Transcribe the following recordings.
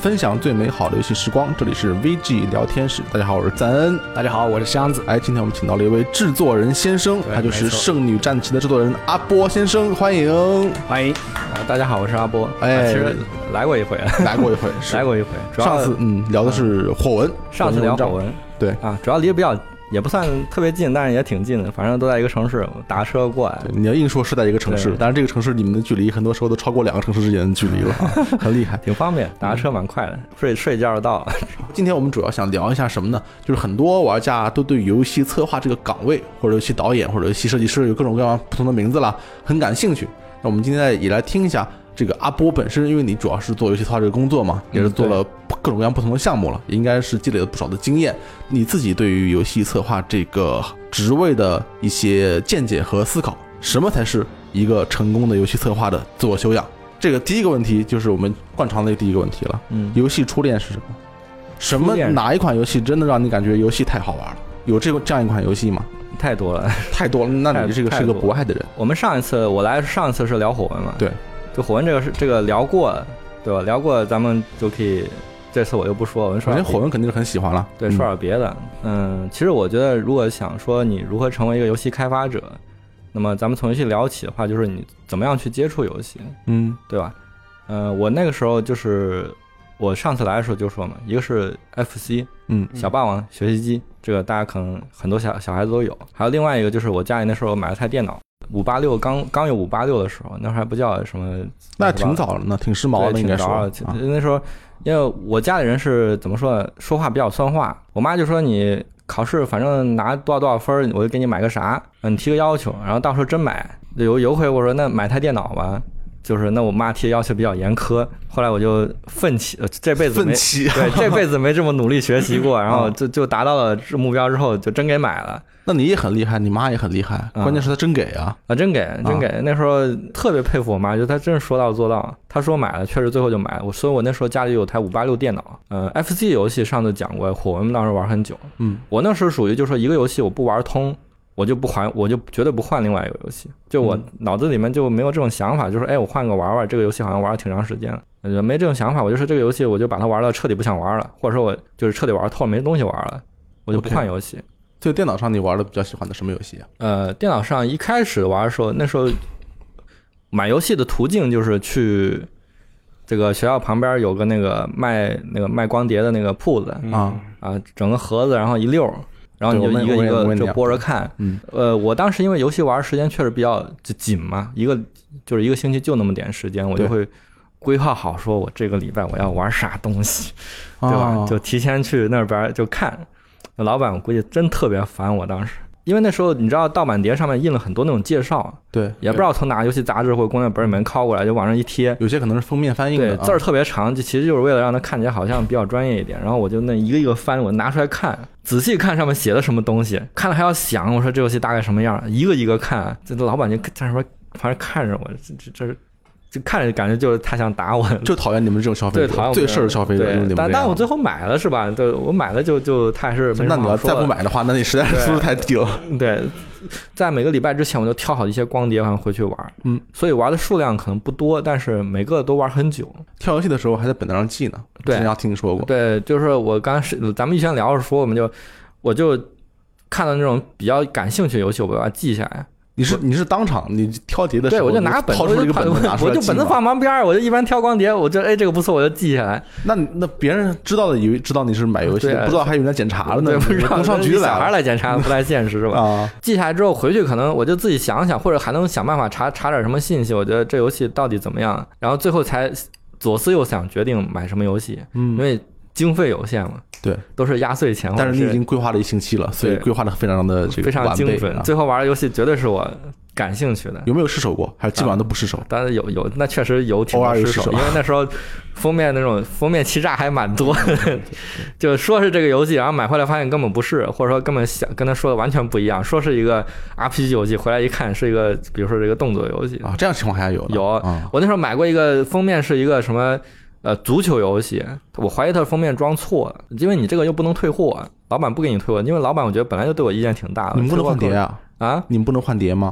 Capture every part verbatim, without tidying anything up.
分享最美好的游戏时光，这里是 V G 聊天室。大家好，我是赞恩。 大家好，我是箱子。 哎，今天我们请到了一位制作人先生，他就是《圣女战旗》的制作人阿波先生，欢迎欢迎、啊、大家好，我是阿波。 哎、 啊，其实来过一回， 来过一回， 来过一回。 上次嗯聊的是火纹， 上次聊火纹， 对啊，主要离得比较。也不算特别近，但是也挺近的，反正都在一个城市，打车过来。 你要硬说是在一个城市，但是这个城市你们的距离很多时候都超过两个城市之间的距离了，很厉害， 挺方便，打车蛮快的，睡睡觉就到了。 今天我们主要想聊一下什么呢？就是很多玩家都对游戏策划这个岗位，或者游戏导演，或者游戏设计师，有各种各样不同的名字啦，很感兴趣。那我们今天也来听一下这个阿波本身，因为你主要是做游戏策划这个工作嘛，也是做了各种各样不同的项目了，也应该是积累了不少的经验。你自己对于游戏策划这个职位的一些见解和思考，什么才是一个成功的游戏策划的自我修养？这个第一个问题就是我们惯常的第一个问题了。嗯，游戏初恋是什么？什么哪一款游戏真的让你感觉游戏太好玩了？有这个这样一款游戏吗？ 太多了， 太多了。那你这个是个不爱的人。 我们上一次我来上一次是聊火纹嘛？ 对。 就火纹这个是这个聊过了，对吧？聊过了咱们就可以，这次我就不说。我们说首先火纹肯定是很喜欢了， 对，说点别的。嗯，其实我觉得，如果想说你如何成为一个游戏开发者，那么咱们从游戏聊起的话，就是你怎么样去接触游戏，嗯，对吧？呃，我那个时候就是我上次来的时候就说嘛，一个是 F C， 嗯，小霸王学习机，这个大家可能很多小小孩子都有，还有另外一个就是我家里那时候买了台电脑。五八六刚刚有五八六的时候，那时候还不叫什么， 那挺早了呢，挺时髦的，应该说。 啊、那时候，因为我家里人是怎么说呢，说话比较算话。我妈就说你考试反正拿多少多少分，我就给你买个啥，你提个要求，然后到时候真买。有有回我说那买台电脑吧，就是那我妈提的要求比较严苛，后来我就奋起，这辈子没奋起对这辈子没这么努力学习过，然后就就达到了目标之后，就真给买了。 那你也很厉害，你妈也很厉害，关键是她真给啊啊，真给真给、啊！那时候特别佩服我妈，就她真是说到做到。她说买了，确实最后就买了。我所以，我那时候家里有台五八六电脑。呃 ，F C 游戏上次讲过，火纹当时玩很久。嗯，我那时候属于就是说一个游戏我不玩通，我就不还，我就绝对不换另外一个游戏。就我脑子里面就没有这种想法，就是哎，我换个玩玩，这个游戏好像玩了挺长时间了。呃，没这种想法，我就是这个游戏我就把它玩到彻底不想玩了，或者说我就是彻底玩透了没东西玩了，我就不换游戏。Okay. 就电脑上你玩的比较喜欢的什么游戏啊？ 呃，电脑上一开始玩的时候，那时候买游戏的途径就是去这个学校旁边有个那个卖那个卖光碟的那个铺子啊啊，整个盒子然后一溜，然后你就一个一个就播着看。嗯，呃，我当时因为游戏玩时间确实比较紧嘛，一个就是一个星期就那么点时间，我就会规划好说我这个礼拜我要玩啥东西，对吧？哦、就提前去那边就看。那老板我估计真特别烦我当时，因为那时候你知道盗版碟上面印了很多那种介绍，对，也不知道从哪个游戏杂志或者攻略本里面拷过来，就往上一贴， 有些可能是封面翻印的， 对，字儿特别长，就其实就是为了让它看起来好像比较专业一点。然后我就那一个一个翻，我拿出来看，仔细看上面写的什么东西，看了还要想，我说这游戏大概什么样，一个一个看，这老板就在上面反正看着我，这这这是。就看着感觉就是他想打我， 就讨厌你们这种消费者， 对，讨厌最事儿消费者。 但但我最后买了是吧？对，我买了就就他还是没什么好说的。 那你要再不买的话，那你实在是素质太低了。 对，在每个礼拜之前我就挑好一些光碟，然后回去玩。嗯，所以玩的数量可能不多，但是每个都玩很久。 挑游戏的时候还在本子上记呢。 对， 之前听你说过。 对，就是我刚是咱们预先聊的时候，我们就我就看到那种比较感兴趣的游戏，我把它记下来。 你是你是当场你挑碟的时候， 对，我就拿本子， 掏出一个本子拿出来， 我就本子放旁边，我就一般挑光碟，我就哎这个不错，我就记下来。 那那别人知道的以为知道你是买游戏，不知道还以为来检查了呢， 对，不知道工商局小孩来检查不太现实是吧？ 啊， 记下来之后回去可能我就自己想想，或者还能想办法查查点什么信息，我觉得这游戏到底怎么样，然后最后才左思右想决定买什么游戏，嗯，因为经费有限嘛。 对， 都是压岁钱， 但是你已经规划了一星期了，所以规划的非常的这个非常精准。 啊、 最后玩的游戏绝对是我感兴趣的。 有没有失手过？还是基本上都不失手？ 啊、当然有有，那确实有挺多失手，因为那时候封面那种封面欺诈还蛮多的，就说是这个游戏，然后买回来发现根本不是，或者说根本想跟他说的完全不一样，说是一个 R P G 游戏，回来一看是一个，比如说这个动作游戏啊，这样情况还有有、 嗯。 我那时候买过一个封面是一个什么？呃，足球游戏，我怀疑它封面装错了，因为你这个又不能退货，老板不给你退货，因为老板我觉得本来就对我意见挺大的。 你们不能换碟啊？ 啊， 你们不能换碟吗？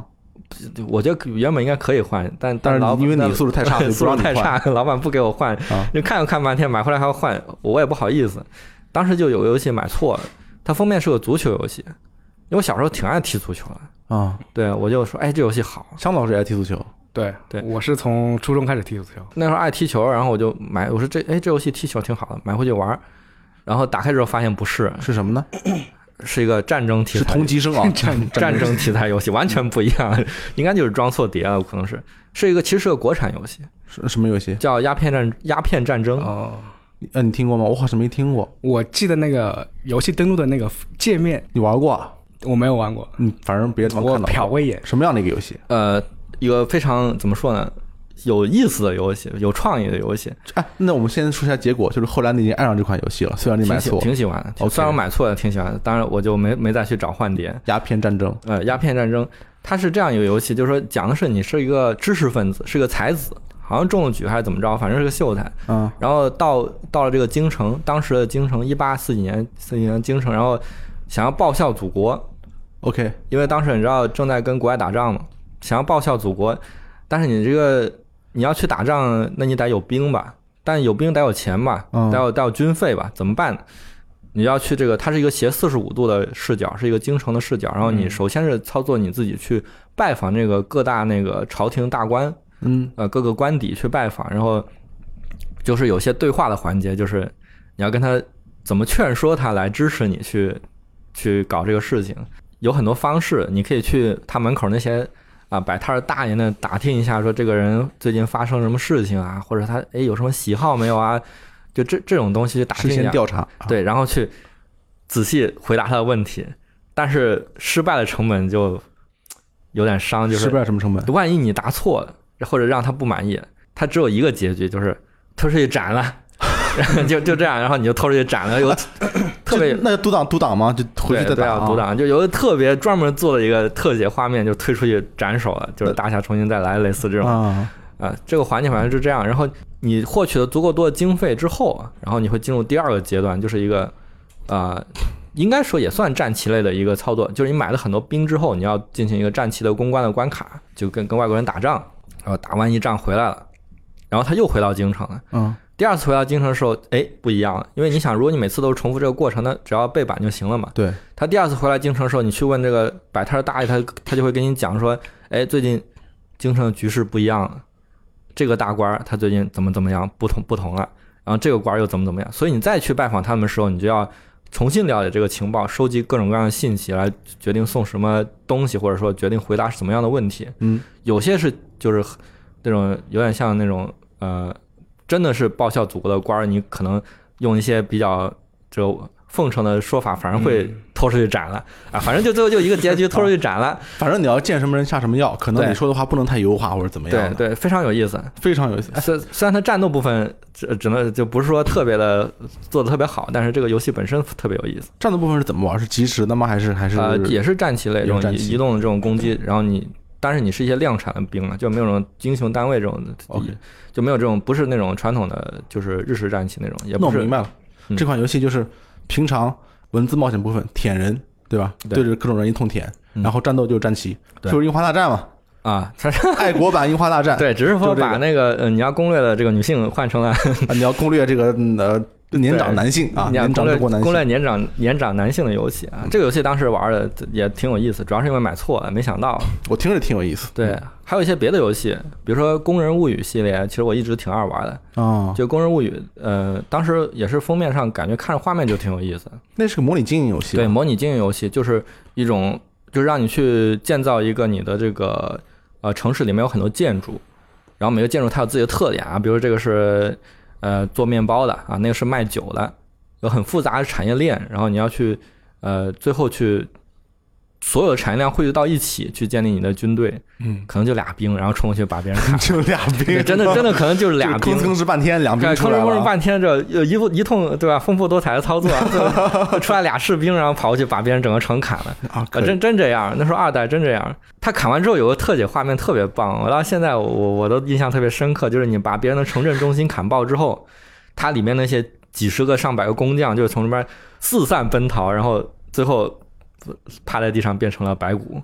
我觉得原本应该可以换，但但是因为你素质太差， 素质太差，老板不给我换， 啊、 就看又看半天，买回来还要换，我也不好意思。当时就有个游戏买错了，它封面是个足球游戏，因为我小时候挺爱踢足球的啊， 对，我就说，哎，这游戏好。 香老师也爱踢足球， 对对， 我是从初中开始踢足球， 那时候爱踢球，然后我就买，我说这哎这游戏踢球挺好的，买回去玩，然后打开之后发现不是， 是什么呢？ 是一个战争题材， 是同级生啊， 战战争题材游戏完全不一样，应该就是装错碟了，可能是是一个其实是个国产游戏， 是什么游戏？ 叫鸦片战鸦片战争。 哦， 呃，你听过吗？我好像没听过。 我记得那个游戏登录的那个界面， 你玩过啊？ 我没有玩过， 嗯，反正别的地方看到。 我瞟过一眼。 什么样的一个游戏？ 呃，一个非常怎么说呢？有意思的游戏，有创意的游戏。 哎，那我们先说一下结果，就是后来你已经爱上这款游戏了，虽然你买错， 挺喜欢的。Okay. 虽然我买错了，挺喜欢的。当然，我就没没再去找换碟。 鸦片战争， 呃，鸦片战争，它是这样一个游戏，就是说讲的是你是一个知识分子，是个才子，好像中了举还是怎么着，反正是个秀才。 嗯。 然后到到了这个京城，当时的京城一八四几年四几年京城，然后想要报效祖国。 OK， 因为当时你知道正在跟国外打仗嘛，想要报效祖国，但是你这个。你要去打仗，那你得有兵吧，但有兵得有钱吧，得有得有军费吧，怎么办呢？你要去这个，它是一个斜四十五度的视角，是一个京城的视角，然后你首先是操作你自己去拜访这个各大那个朝廷大官， 嗯， 呃，各个官邸去拜访，然后就是有些对话的环节，就是你要跟他怎么劝说他来支持你去去搞这个事情，有很多方式，你可以去他门口那些。啊，摆摊大爷呢打听一下，说这个人最近发生什么事情啊，或者他哎有什么喜好没有啊？就这这种东西打听一下， 事先调查， 对，然后去仔细回答他的问题。但是失败的成本就有点伤，就是失败什么成本？ 万一你答错了，或者让他不满意，他只有一个结局，就是拖出去斩了。就就这样，然后你就拖出去斩了，有特别那就独挡独挡吗？就回去再打啊，独挡就有个特别专门做了一个特写画面，就推出去斩首了，就是大侠重新再来，类似这种啊啊，这个环节反正是这样。然后你获取了足够多的经费之后，然后你会进入第二个阶段，就是一个啊、呃，应该说也算战棋类的一个操作，就是你买了很多兵之后，你要进行一个战棋的攻关的关卡，就跟跟外国人打仗，然后打完一仗回来了，然后他又回到京城了， 嗯。 第二次回到京城的时候，哎，不一样了，因为你想，如果你每次都是重复这个过程，那只要背板就行了嘛。 对。 他第二次回来京城的时候，你去问这个摆摊大爷，他他就会跟你讲说，哎，最近京城的局势不一样了，这个大官他最近怎么怎么样，不同不同了，然后这个官又怎么怎么样，所以你再去拜访他们的时候，你就要重新了解这个情报，收集各种各样的信息，来决定送什么东西，或者说决定回答什么样的问题。 嗯， 有些是就是那种有点像那种呃。真的是报效祖国的官儿，你可能用一些比较这奉承的说法，反而会拖出去斩了、嗯、啊！反正就最后就一个结局，拖出去斩了。 反正你要见什么人下什么药，可能你说的话不能太油滑或者怎么样。 对对，非常有意思， 非常有意思。 虽虽然它战斗部分只只能就不是说特别的做的特别好，但是这个游戏本身特别有意思。 战斗部分是怎么玩？是即时的吗？还是还是呃也是战棋类这种移动的这种攻击，然后你。但是你是一些量产的兵了，就没有那种英雄单位这种的， okay. 就没有这种不是那种传统的就是日式战棋那种，也不是。 那我明白了、嗯，这款游戏就是平常文字冒险部分舔人，对吧？对着各种人一通舔， 嗯、 然后战斗就是战棋，就是樱花大战嘛。 啊， 爱国版樱花大战。 对，只是说把那个呃你要攻略的这个女性换成了、 啊、你要攻略这个呃。年长男性啊，年长过男性， 攻略年长年长男性的游戏啊，这个游戏当时玩的也挺有意思，主要是因为买错了，没想到。 我听着挺有意思。 对，还有一些别的游戏，比如说《工人物语》系列，其实我一直挺爱玩的啊、哦。 就《工人物语》，呃，当时也是封面上感觉看着画面就挺有意思。 那是个模拟经营游戏。 对，模拟经营游戏就是一种，就是让你去建造一个你的这个呃城市里面有很多建筑，然后每个建筑它有自己的特点啊，比如这个是。呃，做面包的啊，那个是卖酒的，有很复杂的产业链，然后你要去，呃，最后去所有的产业链汇聚到一起，去建立你的军队， 嗯， 可能就俩兵，然后冲过去把别人砍， 就俩兵， 真的真的可能就是俩兵， 吭哧半天两兵出来了， 吭哧半天这一一通对吧，丰富多彩的操作，就出来俩士兵，然后跑过去把别人整个城砍了啊， 真真这样，那时候二代真这样。他砍完之后有个特写画面特别棒，我到现在我我都印象特别深刻，就是你把别人的城镇中心砍爆之后，它里面那些几十个上百个工匠就从这边四散奔逃，然后最后趴在地上变成了白骨，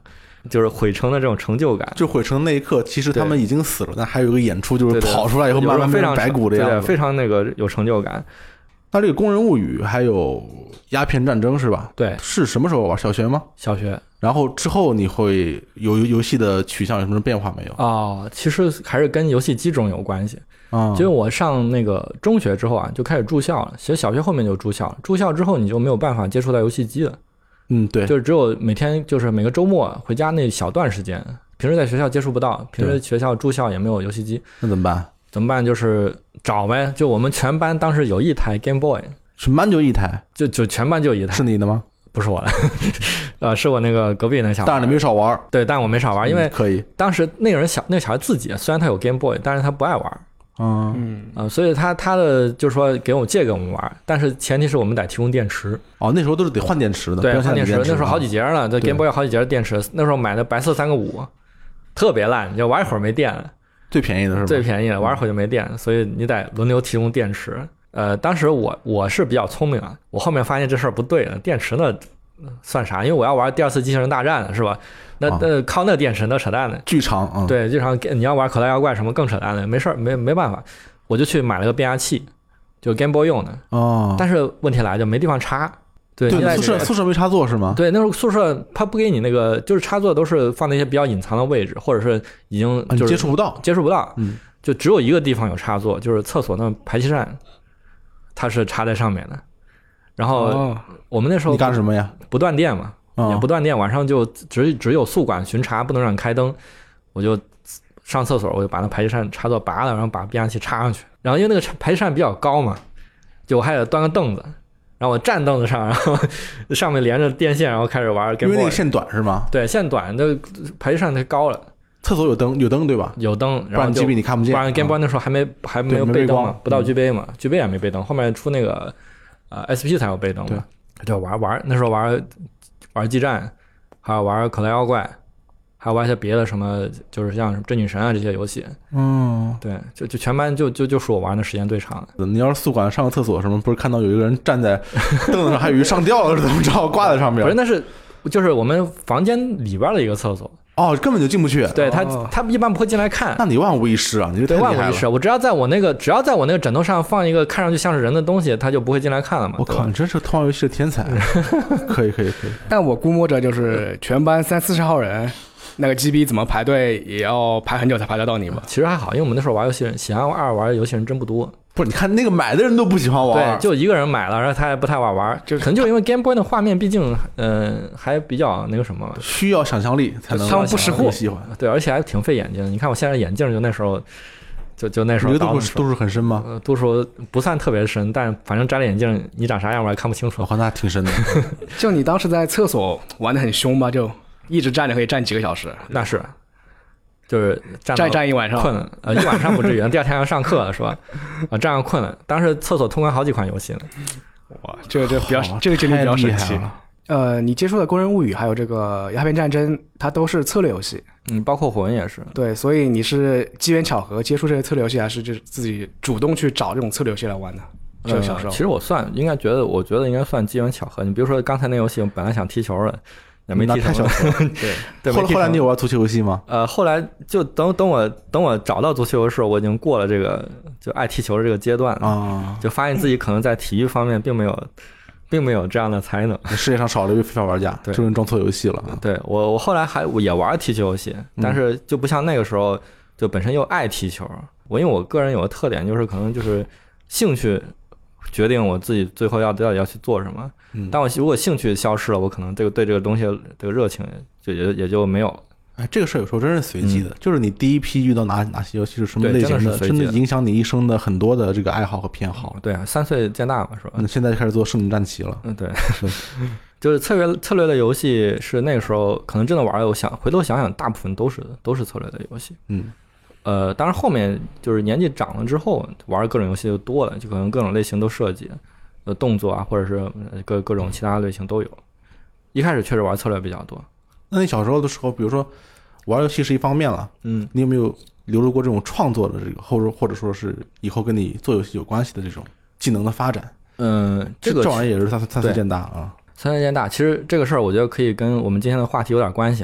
就是毁城的这种成就感。 就毁城那一刻，其实他们已经死了，但还有一个演出，就是跑出来以后慢慢变成白骨的样子， 对，非常那个有成就感。 那这个《工人物语》还有鸦片战争是吧？ 对， 是什么时候玩？小学吗？ 小学。 然后之后你会有游戏的取向有什么变化没有？ 哦，其实还是跟游戏机种有关系。 啊、嗯， 就是我上那个中学之后啊，就开始住校了。其实小学后面就住校了，住校之后你就没有办法接触到游戏机了。 嗯，对， 就是只有每天就是每个周末回家那小段时间，平时在学校接触不到，平时学校住校也没有游戏机， 那怎么办？ 怎么办？就是找呗。就我们全班当时有一台 Game Boy， 全班就一台， 就就全班就一台。 是你的吗？ 不是我的，呃，是我那个隔壁那小孩。 但是你没少玩。 对，但我没少玩，因为可以。 当时那个人小，那个小孩自己虽然他有 Game Boy， 但是他不爱玩。 嗯嗯、呃、所以他他的就是说给我借给我们玩，但是前提是我们得提供电池。 哦，那时候都是得换电池的。 对，换电池， 那时候好几节了，这 Game Boy 好几节的电池。那时候买的白色三个五，特别烂，你就玩一会儿没电了。 最便宜的是吧？ 最便宜的，玩一会儿就没电，所以你得轮流提供电池。呃，当时我我是比较聪明啊，我后面发现这事儿不对了，电池呢算啥？因为我要玩第二次机器人大战了，是吧？那那靠那电池那扯淡的， 巨长，嗯， 对，巨长。你要玩口袋妖怪什么更扯淡的，没事儿，没没办法，我就去买了个变压器，就 Game Boy 用的。 哦， 但是问题来就没地方插。对， 对，宿舍宿舍没插座是吗？ 对，那时候宿舍他不给你那个，就是插座都是放在一些比较隐藏的位置，或者是已经就是、 啊、接触不到， 接触不到， 嗯， 就只有一个地方有插座，就是厕所那排气扇，它是插在上面的。然后我们那时候你干什么呀？ 不断电嘛， 哦、 也不断电，晚上就只只有宿管巡查，不能让开灯，我就上厕所，我就把那排气扇插座拔了，然后把变压器插上去。然后因为那个排气扇比较高嘛，就我还得端个凳子。然后我站凳子上，然后上面连着电线，然后开始玩 Game Boy。 因为那个线短是吗？ 对，线短，那排气扇太高了。 厕所有灯，有灯对吧？ 有灯，然后 G B 你看不见。 不然 Game Boy 那时候还没、嗯、还没有背灯嘛，不到 G B 嘛、嗯、，G B 也没背灯。后面出那个呃 S P 才有背灯嘛。就玩玩，那时候玩玩激战，还有玩口袋妖怪，还有玩一些别的什么，就是像真女神啊这些游戏。 嗯， 对，就就全班就就就是我玩的时间最长的。 你要是宿管上个厕所什么，不是看到有一个人站在凳子上，还以为上吊了是怎么着，挂在上面？ 不是，那是就是我们房间里边的一个厕所。 哦，根本就进不去。 对他， 哦、 他一般不会进来看。 那你万无一失啊！你这太厉害了。 万无一失。我只要在我那个，只要在我那个枕头上放一个看上去像是人的东西，他就不会进来看了嘛。 我靠，你真是偷玩游戏的天才！可以，可以，可以。 但我估摸着就是全班三四十号人，那个 G B 怎么排队也要排很久才排得到你吧？ 其实还好，因为我们那时候玩游戏人，喜欢二玩游戏人真不多。 不是，你看那个买的人都不喜欢玩， 对，就一个人买了，然后他也不太玩玩，就可能就因为 Game Boy 的画面毕竟，嗯、呃，还比较那个什么， 需要想象力才能。 他们不识货， 喜欢。 对，而且还挺费眼睛。你看我现在眼镜就那时候，就就那时候。 你度数度数很深吗？ 呃，度数不算特别深，但反正摘了眼镜，你长啥样我还看不清楚。 哦，那挺深的。 就你当时在厕所玩得很凶吧？就一直站着可以站几个小时。 那是。就是站站站一晚上， 困了，呃，一晚上不至于，第二天要上课了是吧？啊，站上困了。当时厕所通关好几款游戏呢。 哇，这个这个比较，这个经历比较神奇。呃，你接触的《工人物语》还有这个《鸦片战争》，它都是策略游戏。 嗯，包括火纹也是。 对，所以你是机缘巧合接触这些策略游戏，还是就是自己主动去找这种策略游戏来玩的？这个小时候、 呃，其实我算应该觉得，我觉得应该算机缘巧合。你比如说刚才那游戏，我本来想踢球的。也没踢成， 对对。后来后来你有玩足球游戏吗？ 呃，后来就等等我等我找到足球的时候，我已经过了这个就爱踢球的这个阶段了啊， 就发现自己可能在体育方面并没有，并没有这样的才能。 世界上少了一位非法玩家， 对， 就能装错游戏了。 对我我后来还也玩踢球游戏，但是就不像那个时候就本身又爱踢球。我因为我个人有个特点，就是可能就是兴趣决定我自己最后要到底要去做什么。 嗯， 但我如果兴趣消失了，我可能这个对这个东西这个热情就也也就没有了。 哎，这个事儿有时候真是随机的，嗯、就是你第一批遇到哪哪些游戏是什么类型的， 真的影响你一生的很多的这个爱好和偏好。 对啊，三岁见大嘛，是吧？ 那现在就开始做圣女战旗了。 嗯，对，就是策略策略的游戏是那个时候可能真的玩的，我想回头想想，大部分都是都是策略的游戏。 嗯。 呃，当然后面就是年纪长了之后，玩各种游戏就多了，就可能各种类型都涉及，呃，动作啊，或者是各各种其他类型都有。一开始确实玩策略比较多。 那你小时候的时候，比如说玩游戏是一方面了， 嗯， 你有没有流露过这种创作的这个，或者或者说是以后跟你做游戏有关系的这种技能的发展？ 嗯，这个这玩意儿也是三三四见大啊， 三四见大。其实这个事儿我觉得可以跟我们今天的话题有点关系。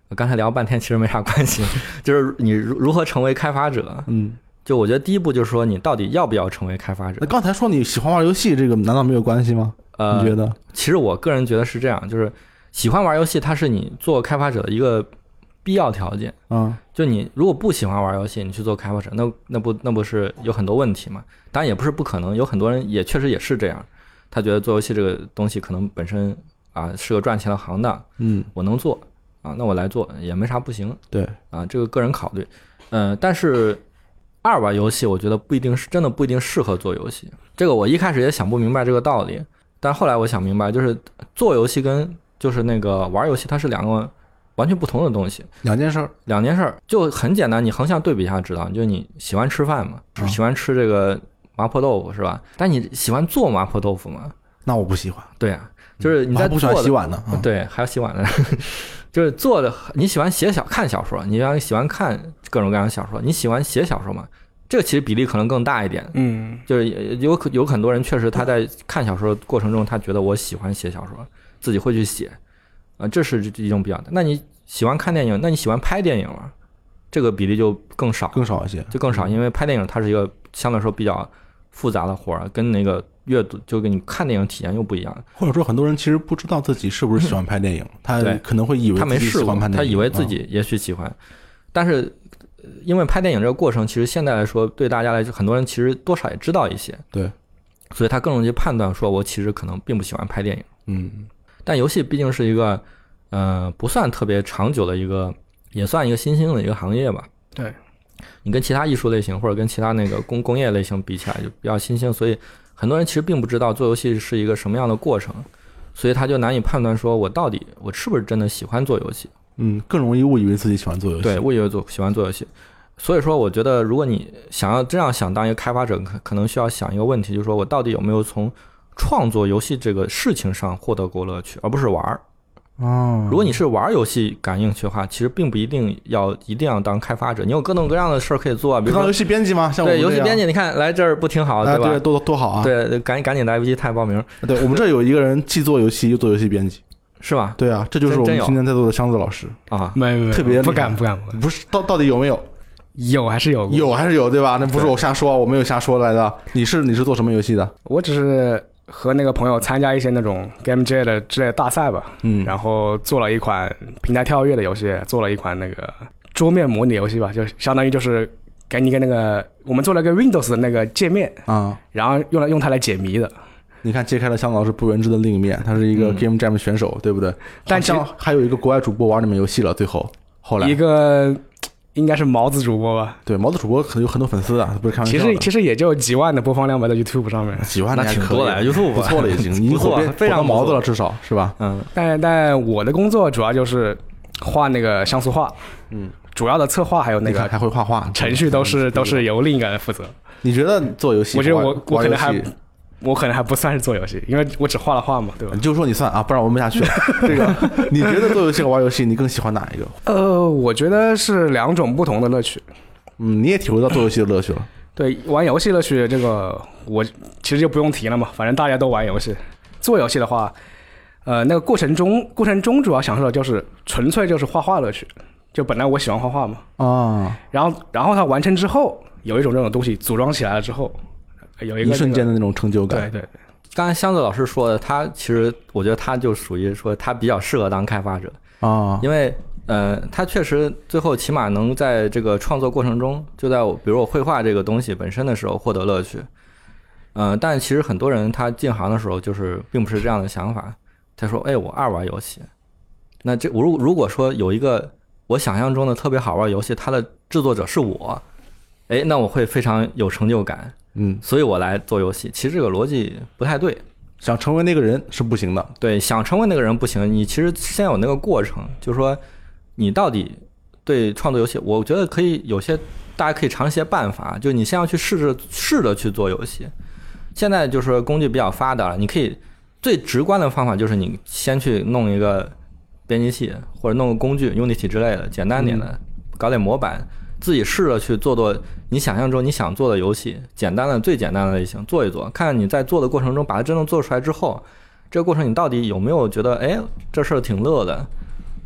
刚才聊半天其实没啥关系，就是你如何成为开发者。 嗯， 就我觉得第一步就是说你到底要不要成为开发者。 那刚才说你喜欢玩游戏，这个难道没有关系吗？ 呃， 你觉得？ 其实我个人觉得是这样，就是喜欢玩游戏，它是你做开发者的一个必要条件。 嗯， 就你如果不喜欢玩游戏，你去做开发者，那那不那不是有很多问题吗？当然也不是不可能，有很多人也确实也是这样，他觉得做游戏这个东西可能本身啊是个赚钱的行当， 嗯， 我能做啊，那我来做也没啥不行。 对啊，这个个人考虑。嗯、呃，但是二玩游戏，我觉得不一定是真的不一定适合做游戏。这个我一开始也想不明白这个道理，但后来我想明白，就是做游戏跟就是那个玩游戏，它是两个完全不同的东西， 两件事儿， 两件事儿就很简单，你横向对比一下知道，就你喜欢吃饭嘛， 嗯、 喜欢吃这个麻婆豆腐是吧？但你喜欢做麻婆豆腐吗？ 那我不喜欢。 对啊，就是你在做的、 嗯、不喜欢洗碗的， 嗯、对，还要洗碗的，就是做的。你喜欢写小看小说，你喜欢看各种各样的小说，你喜欢写小说吗？这个其实比例可能更大一点。 嗯， 就是有有很多人确实他在看小说的过程中，他觉得我喜欢写小说，自己会去写，啊、呃，这是一种比较的。那你喜欢看电影，那你喜欢拍电影吗？这个比例就更少， 更少一些， 就更少，因为拍电影它是一个相对来说比较复杂的活儿，跟那个阅读就跟你看电影体验又不一样。 或者说，很多人其实不知道自己是不是喜欢拍电影，他可能会以为他没试过，他以为自己也许喜欢， 嗯、 但是因为拍电影这个过程，其实现在来说对大家来说，很多人其实多少也知道一些， 对， 所以他更容易判断说，我其实可能并不喜欢拍电影。 嗯， 但游戏毕竟是一个呃不算特别长久的一个，也算一个新兴的一个行业吧。 对， 你跟其他艺术类型或者跟其他那个工工业类型比起来就比较新兴，所以很多人其实并不知道做游戏是一个什么样的过程，所以他就难以判断说我到底我是不是真的喜欢做游戏。 嗯，更容易误以为自己喜欢做游戏。 对，误以为做喜欢做游戏。所以说我觉得如果你想要这样想当一个开发者，可可能需要想一个问题，就是说我到底有没有从创作游戏这个事情上获得过乐趣，而不是玩儿。 哦， 如果你是玩游戏感兴趣的话，其实并不一定要一定要当开发者，你有各种各样的事儿可以做啊，比如说当游戏编辑吗？像我对游戏编辑，你看来这儿不挺好，对吧？ 啊、对，多多好啊！ 对，赶紧赶紧来 V G 太报名。 对我们这有一个人既做游戏又做游戏编辑， 是吧？ 对啊，这就是我们今天在座的箱子老师啊， 没没特别不敢不敢不敢， 不是到到底有没有？ 有还是有？ 有还是有，对吧？那不是我瞎说，我没有瞎说来的。你是你是做什么游戏的？ 我只是和那个朋友参加一些那种 Game Jam 的之类的大赛吧， 嗯， 然后做了一款平台跳跃的游戏，做了一款那个桌面模拟游戏吧，就相当于就是给你一个那个我们做了个 Windows 的那个界面啊， 然后用来用它来解谜的。 你看，揭开了香港老师不为人知的另一面，他是一个 Game Jam 选手，嗯、对不对？ 但其实还有一个国外主播玩你们游戏了，最后后来一个。应该是毛子主播吧？ 对，毛子主播可能有很多粉丝啊，不是开玩笑的。 其实其实也就几万的播放量吧，在 YouTube 上面。 几万那挺多的 ，YouTube 不错了已经，你不错，非常毛子了，至少是吧？ 嗯。 但但我的工作主要就是画那个像素画， 嗯， 主要的策划还有那个还会画画， 程序都是都是由另一个人负责。 你觉得做游戏？ 我觉得我我可能还。我可能还不算是做游戏，因为我只画了画嘛，对吧？ 你就说你算啊，不然我们下去了。这个，你觉得做游戏和玩游戏，你更喜欢哪一个？ 呃，我觉得是两种不同的乐趣。 嗯，你也体会到做游戏的乐趣了。 对，玩游戏乐趣，这个我其实就不用提了嘛，反正大家都玩游戏。做游戏的话，呃，那个过程中，过程中主要享受的就是纯粹就是画画乐趣。就本来我喜欢画画嘛， 啊， 然后然后它完成之后，有一种这种东西组装起来了之后。有一个、那个、 一瞬间的那种成就感。 对对， 刚才箱子老师说的，他其实我觉得他就属于说他比较适合当开发者啊， 因为呃，他确实最后起码能在这个创作过程中，就在我比如我绘画这个东西本身的时候获得乐趣。呃，但其实很多人他进行的时候就是并不是这样的想法，他说：“哎，我爱玩游戏。”那这如如果说有一个我想象中的特别好玩游戏，它的制作者是我，哎，那我会非常有成就感。 嗯， 所以我来做游戏，其实这个逻辑不太对。 想成为那个人是不行的。 对，想成为那个人不行，你其实先有那个过程，就是说你到底对创作游戏，我觉得可以有些大家可以尝一些办法，就你先要去试着试着去做游戏。现在就是工具比较发达了，你可以最直观的方法就是你先去弄一个编辑器或者弄个工具 Unity 之类的，简单点的，嗯、搞点模板。自己试着去做做你想象中你想做的游戏，简单的最简单的类型做一做，看看你在做的过程中把它真正做出来之后，这个过程你到底有没有觉得哎这事儿挺乐的，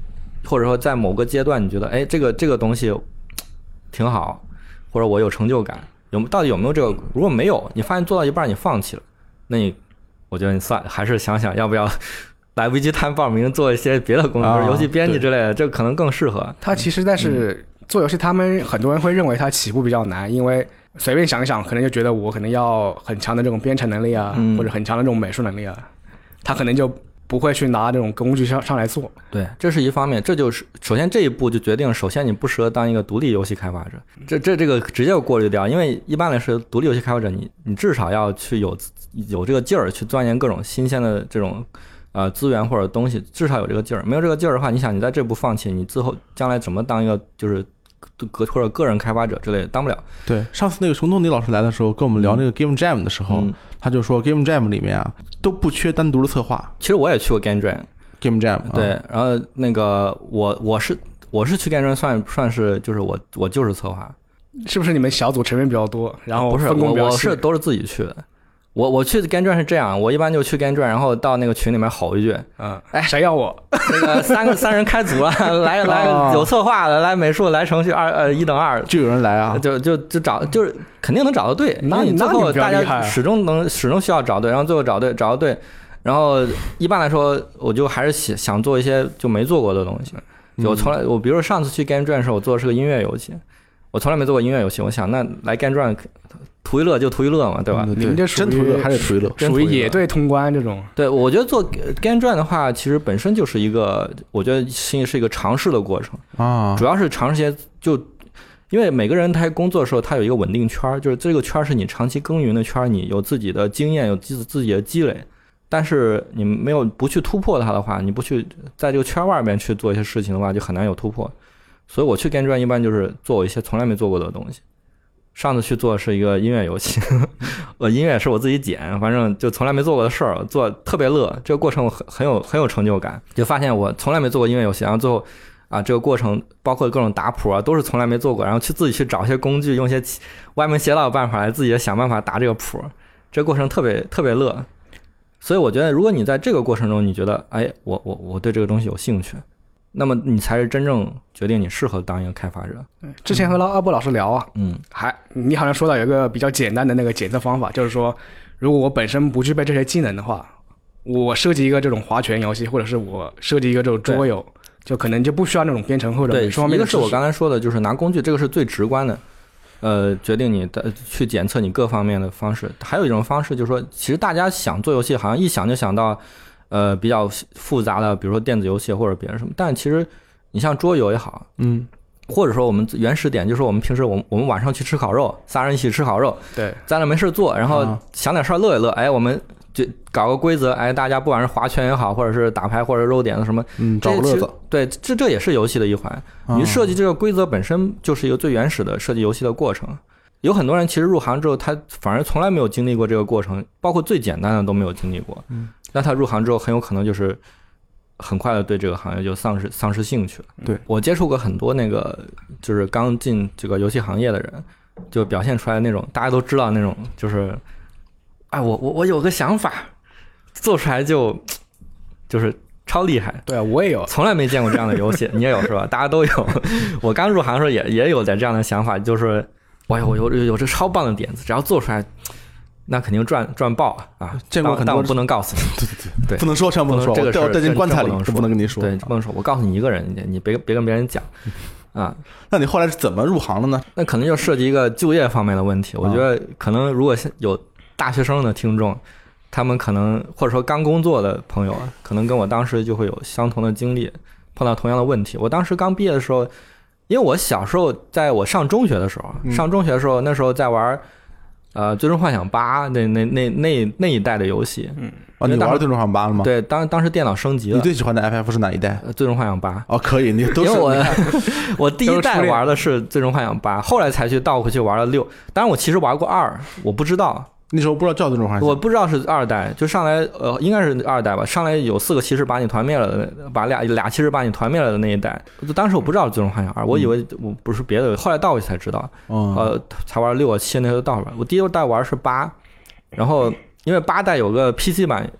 或者说在某个阶段你觉得哎这个这个东西挺好，或者我有成就感，有到底有没有这个？如果没有，你发现做到一半你放弃了，那你我觉得你算还是想想要不要来危机摊报名做一些别的工作，啊、游戏编辑之类的，这可能更适合。 他其实但是、嗯、做游戏，他们很多人会认为他起步比较难，因为随便想一想，可能就觉得我可能要很强的这种编程能力啊，嗯、或者很强的这种美术能力啊，他可能就不会去拿这种工具上上来做。 对，这是一方面，这就是首先这一步就决定，首先你不适合当一个独立游戏开发者，这这这个直接过滤掉，因为一般来说，独立游戏开发者你你至少要去有有这个劲儿去钻研各种新鲜的这种呃资源或者东西，至少有这个劲儿。没有这个劲儿的话，你想你在这步放弃，你之后将来怎么当一个就是个或者个人开发者之类的，当不了。 对，上次那个熊东尼老师来的时候，跟我们聊那个 Game Jam 的时候，嗯、他就说 Game Jam 里面啊都不缺单独的策划。 其实我也去过 Game Jam。Game Jam 对，啊、然后那个我我是我是去 Game Jam 算算是就是我我就是策划， 是不是你们小组成员比较多，然后不是分工比较我我是都是自己去的。我我去 Game Jam 是这样，我一般就去 Game Jam， 然后到那个群里面吼一句， 嗯，哎，谁要我？ 那个三个三人开组了，来来有策划的，来美术，来程序二呃一等二， 就有人来啊， 就就就找就是肯定能找到对， 那你最后大家始终能始终需要找对，然后最后找对找到对。然后一般来说，我就还是想想做一些就没做过的东西。就我从来，我比如说上次去 Game Jam 的时候，我做的是个音乐游戏，我从来没做过音乐游戏。我想，那来 Game Jam 图一乐就图一乐嘛，对吧？ 你们这真图一乐还是图一乐？ 属于野队通关这种。 对，我觉得做 Game Jam 的话，其实本身就是一个，我觉得是是一个尝试的过程啊， 主要是尝试些就。因为每个人他工作的时候，他有一个稳定圈，就是这个圈是你长期耕耘的圈，你有自己的经验，有自自己的积累。但是你没有不去突破它的话，你不去在这个圈外面去做一些事情的话，就很难有突破。所以我去 Game Jam 一般就是做我一些从来没做过的东西。上次去做的是一个音乐游戏，我音乐是我自己剪，反正就从来没做过的事儿，做特别乐。这个过程我很很有很有成就感，就发现我从来没做过音乐游戏，然后最后啊这个过程包括各种打谱啊都是从来没做过，然后去自己去找一些工具，用一些歪门邪道的办法来自己想办法打这个谱，这个过程特别特别乐。所以我觉得，如果你在这个过程中，你觉得，哎，我我我对这个东西有兴趣，那么你才是真正决定你适合当一个开发者。 之前和老阿波老师聊啊， 嗯， 还你好像说到有一个比较简单的那个检测方法，就是说，如果我本身不具备这些技能的话，我设计一个这种划拳游戏，或者是我设计一个这种桌游，就可能就不需要那种编程或者美术方面的知识。 一个是我刚才说的，就是拿工具，这个是最直观的。呃，决定你的去检测你各方面的方式，还有一种方式就是说，其实大家想做游戏，好像一想就想到，呃，比较复杂的，比如说电子游戏或者别的什么。但其实你像桌游也好， 嗯， 或者说我们原始点就是我们平时我们我们晚上去吃烤肉，仨人一起吃烤肉， 对， 在那没事做，然后想点事儿乐一乐，哎，我们就搞个规则，哎，大家不管是划拳也好，或者是打牌或者揉点子什么， 嗯，找个乐子。 对，这这也是游戏的一环。你设计这个规则本身就是一个最原始的设计游戏的过程。有很多人其实入行之后，他反而从来没有经历过这个过程，包括最简单的都没有经历过。 嗯， 那他入行之后，很有可能就是很快的对这个行业就丧失丧失兴趣了。 对， 我接触过很多那个就是刚进这个游戏行业的人，就表现出来那种大家都知道那种，就是哎，我我我有个想法，做出来就就是超厉害。 对啊，我也有， 从来没见过这样的游戏，你也有是吧？大家都有。我刚入行的时候也也有点这样的想法，就是哇，我有有这超棒的点子，只要做出来，那肯定赚赚爆啊！ 见过很多， 但我不能告诉你， 对对对对，不能说，全不能说， 这个掉带进棺材里， 不不能跟你说， 对，不能说。我告诉你一个人，你别别跟别人讲啊。 那你后来是怎么入行的呢？ 那可能就涉及一个就业方面的问题。我觉得可能如果有大学生的听众，他们可能或者说刚工作的朋友啊，可能跟我当时就会有相同的经历，碰到同样的问题。我当时刚毕业的时候。因为我小时候，在我上中学的时候， 嗯、 上中学的时候，那时候在玩，呃，《最终幻想八》那那那那那一代的游戏。 嗯，哦，你玩《最终幻想八》了吗？ 对，当当时电脑升级了。 你最喜欢的 F F 是哪一代？ 《最终幻想八》。 哦，可以，你都是。 因为我我第一代玩的是《最终幻想八》，后来才去倒回去玩了六。当然，我其实玩过二，我不知道。 那时候不知道叫最终幻想， 我不知道是二代，就上来呃，应该是二代吧。上来有四个骑士把你团灭了的，把俩俩骑士把你团灭了的那一代。当时我不知道最终幻想二，我以为我不是别的，后来倒回去才知道。 嗯、 呃，才玩六啊七那就倒回来。我第一代玩是八，然后因为八代有个 P C 版，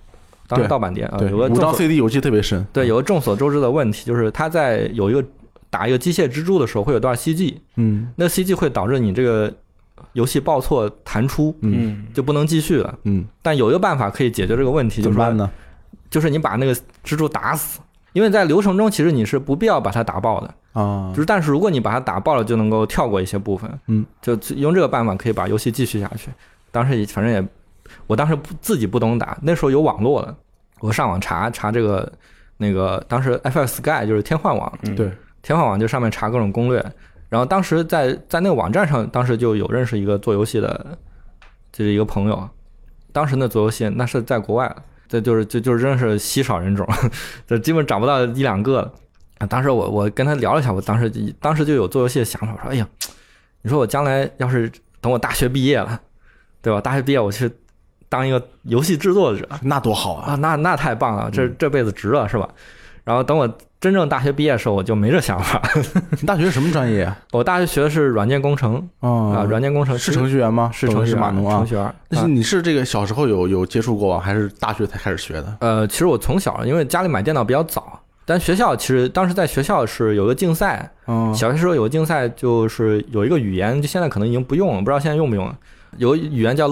当时盗版碟啊，有个五张 C D 我记得特别深。 对，有个众所周知的问题，就是它在有一个打一个机械蜘蛛的时候会有段 C G， 嗯，那 C G 会导致你这个游戏报错弹出，嗯，就不能继续了，嗯。但有一个办法可以解决这个问题，就是怎么办呢？ 就是你把那个蜘蛛打死，因为在流程中其实你是不必要把它打爆的啊，就是但是如果你把它打爆了，就能够跳过一些部分，嗯，就用这个办法可以把游戏继续下去。当时也反正也，我当时不自己不懂打，那时候有网络了，我上网查查这个那个当时 F X Sky 就是天幻网， 嗯、对， 天幻网就上面查各种攻略，然后当时在在那个网站上，当时就有认识一个做游戏的，就是一个朋友，当时那做游戏那是在国外，这就是就就是真是稀少人种，这基本找不到一两个了。啊，当时我我跟他聊了一下，我当时当时就有做游戏的想法，我说哎呀，你说我将来要是等我大学毕业了，对吧？大学毕业我去当一个游戏制作者， 那多好啊！ 啊，那那太棒了，这这辈子值了，是吧？然后等我真正大学毕业的时候，我就没这想法。 你大学什么专业啊？ 我大学学的是软件工程啊，软件工程是程序员吗？ 是程序员， 码农啊， 程序员。 但是你是这个小时候有有接触过，还是大学才开始学的？ 呃，其实我从小因为家里买电脑比较早，但学校其实当时在学校是有个竞赛，嗯，小学时候有个竞赛，就是有一个语言，就现在可能已经不用了，不知道现在用不用了。有个语言叫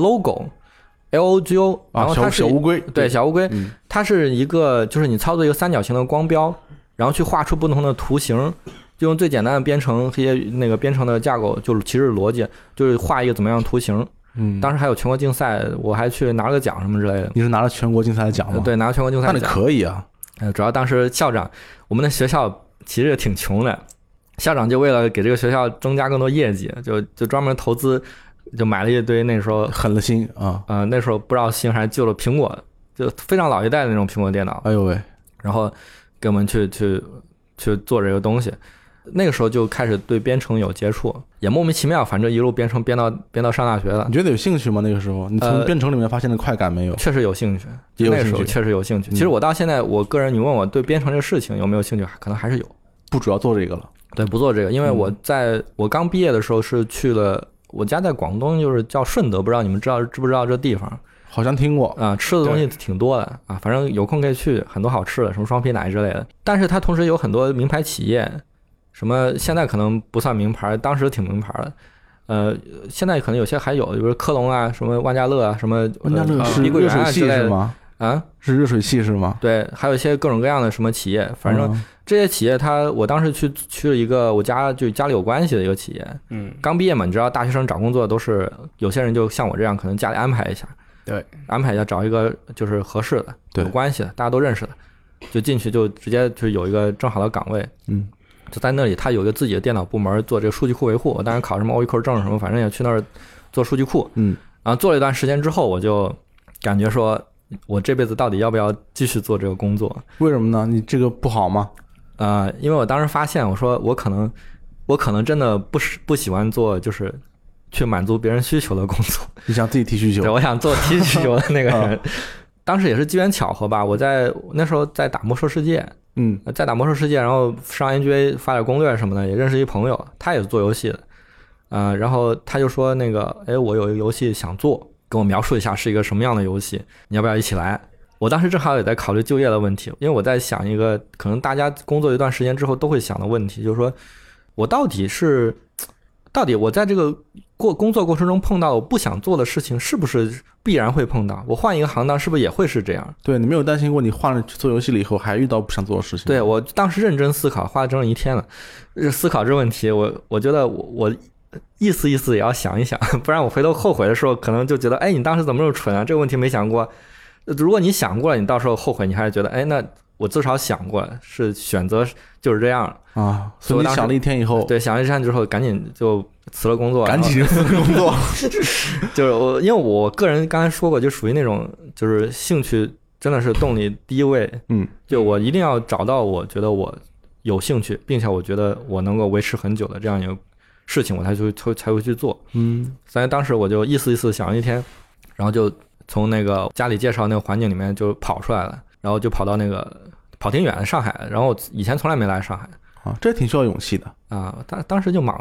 Logo。L O G O， 然后它是小乌龟， 对小乌龟，它是一个就是你操作一个三角形的光标，然后去画出不同的图形，就用最简单的编程这些那个编程的架构，就是其实是逻辑，就是画一个怎么样的图形。嗯，当时还有全国竞赛，我还去拿了个奖什么之类的。 你是拿了全国竞赛的奖吗？ 对，拿了全国竞赛的奖。 那你可以啊。 呃，主要当时校长，我们的学校其实也挺穷的，校长就为了给这个学校增加更多业绩，就就专门投资。就买了一堆那时候狠了心啊， 呃，那时候不知道新还是旧的苹果，就非常老一代的那种苹果电脑。 哎呦喂！ 然后给我们去去去做这个东西，那个时候就开始对编程有接触，也莫名其妙，反正一路编程编到编到上大学了。 你觉得有兴趣吗？那个时候你从编程里面发现了快感没有？ 呃、确实有兴趣， 也有那个时候确实有兴趣。嗯、其实我到现在，我个人你问我对编程这个事情有没有兴趣，可能还是有。 不主要做这个了。 对，不做这个，因为我在、嗯、我刚毕业的时候是去了。我家在广东，就是叫顺德，不知道你们知道知不知道这地方？ 好像听过啊，吃的东西挺多的啊，反正有空可以去，很多好吃的，什么双皮奶之类的。但是它同时有很多名牌企业，什么现在可能不算名牌，当时挺名牌的。呃，现在可能有些还有，比如科隆啊，什么万家乐啊，什么万家乐是热水器是吗？ 啊， 是热水器是吗？ 对，还有一些各种各样的什么企业，反正这些企业它，我当时去去了一个我家就家里有关系的一个企业，嗯，刚毕业嘛，你知道大学生找工作都是有些人就像我这样，可能家里安排一下， 对， 安排一下找一个就是合适的、有关系的、大家都认识的，就进去就直接就有一个正好的岗位，嗯，就在那里他有一个自己的电脑部门做这个数据库维护，我当然考什么 Oracle 证什么，反正也去那儿做数据库，嗯，然后做了一段时间之后，我就感觉说。我这辈子到底要不要继续做这个工作？ 为什么呢？你这个不好吗？ 呃，因为我当时发现，我说我可能，我可能真的不是不喜欢做，就是去满足别人需求的工作。 你想自己提需求？ 对，我想做提需求的那个人。当时也是机缘巧合吧，我在那时候在打魔兽世界，嗯，在打魔兽世界，然后上 N G A 发点攻略什么的，也认识一朋友，他也是做游戏的，啊、呃，然后他就说那个，哎，我有一个游戏想做。跟我描述一下是一个什么样的游戏，你要不要一起来？我当时正好也在考虑就业的问题，因为我在想一个可能大家工作一段时间之后都会想的问题，就是说我到底是到底我在这个过工作过程中碰到我不想做的事情，是不是必然会碰到？我换一个行当是不是也会是这样？ 对，你没有担心过你换了做游戏了以后还遇到不想做的事情？ 对，我当时认真思考，花了整整一天了，思考这个问题，我我觉得我我。意思意思也要想一想，不然我回头后悔的时候，可能就觉得，哎，你当时怎么这么蠢啊？这个问题没想过。如果你想过了，你到时候后悔，你还是觉得，哎，那我至少想过了，是选择就是这样啊。所以你想了一天以后， 对，想了一天之后，赶紧就辞了工作， 赶紧辞了工作。 就是我，因为我个人刚才说过，就属于那种就是兴趣真的是动力第一位。嗯，就我一定要找到我觉得我有兴趣，并且我觉得我能够维持很久的这样一个。事情我才去才会去做，嗯，所以当时我就一思一思想了一天，然后就从那个家里介绍那个环境里面就跑出来了，然后就跑到那个跑挺远的上海，然后以前从来没来上海啊，这挺需要勇气的啊，当当时就莽呗，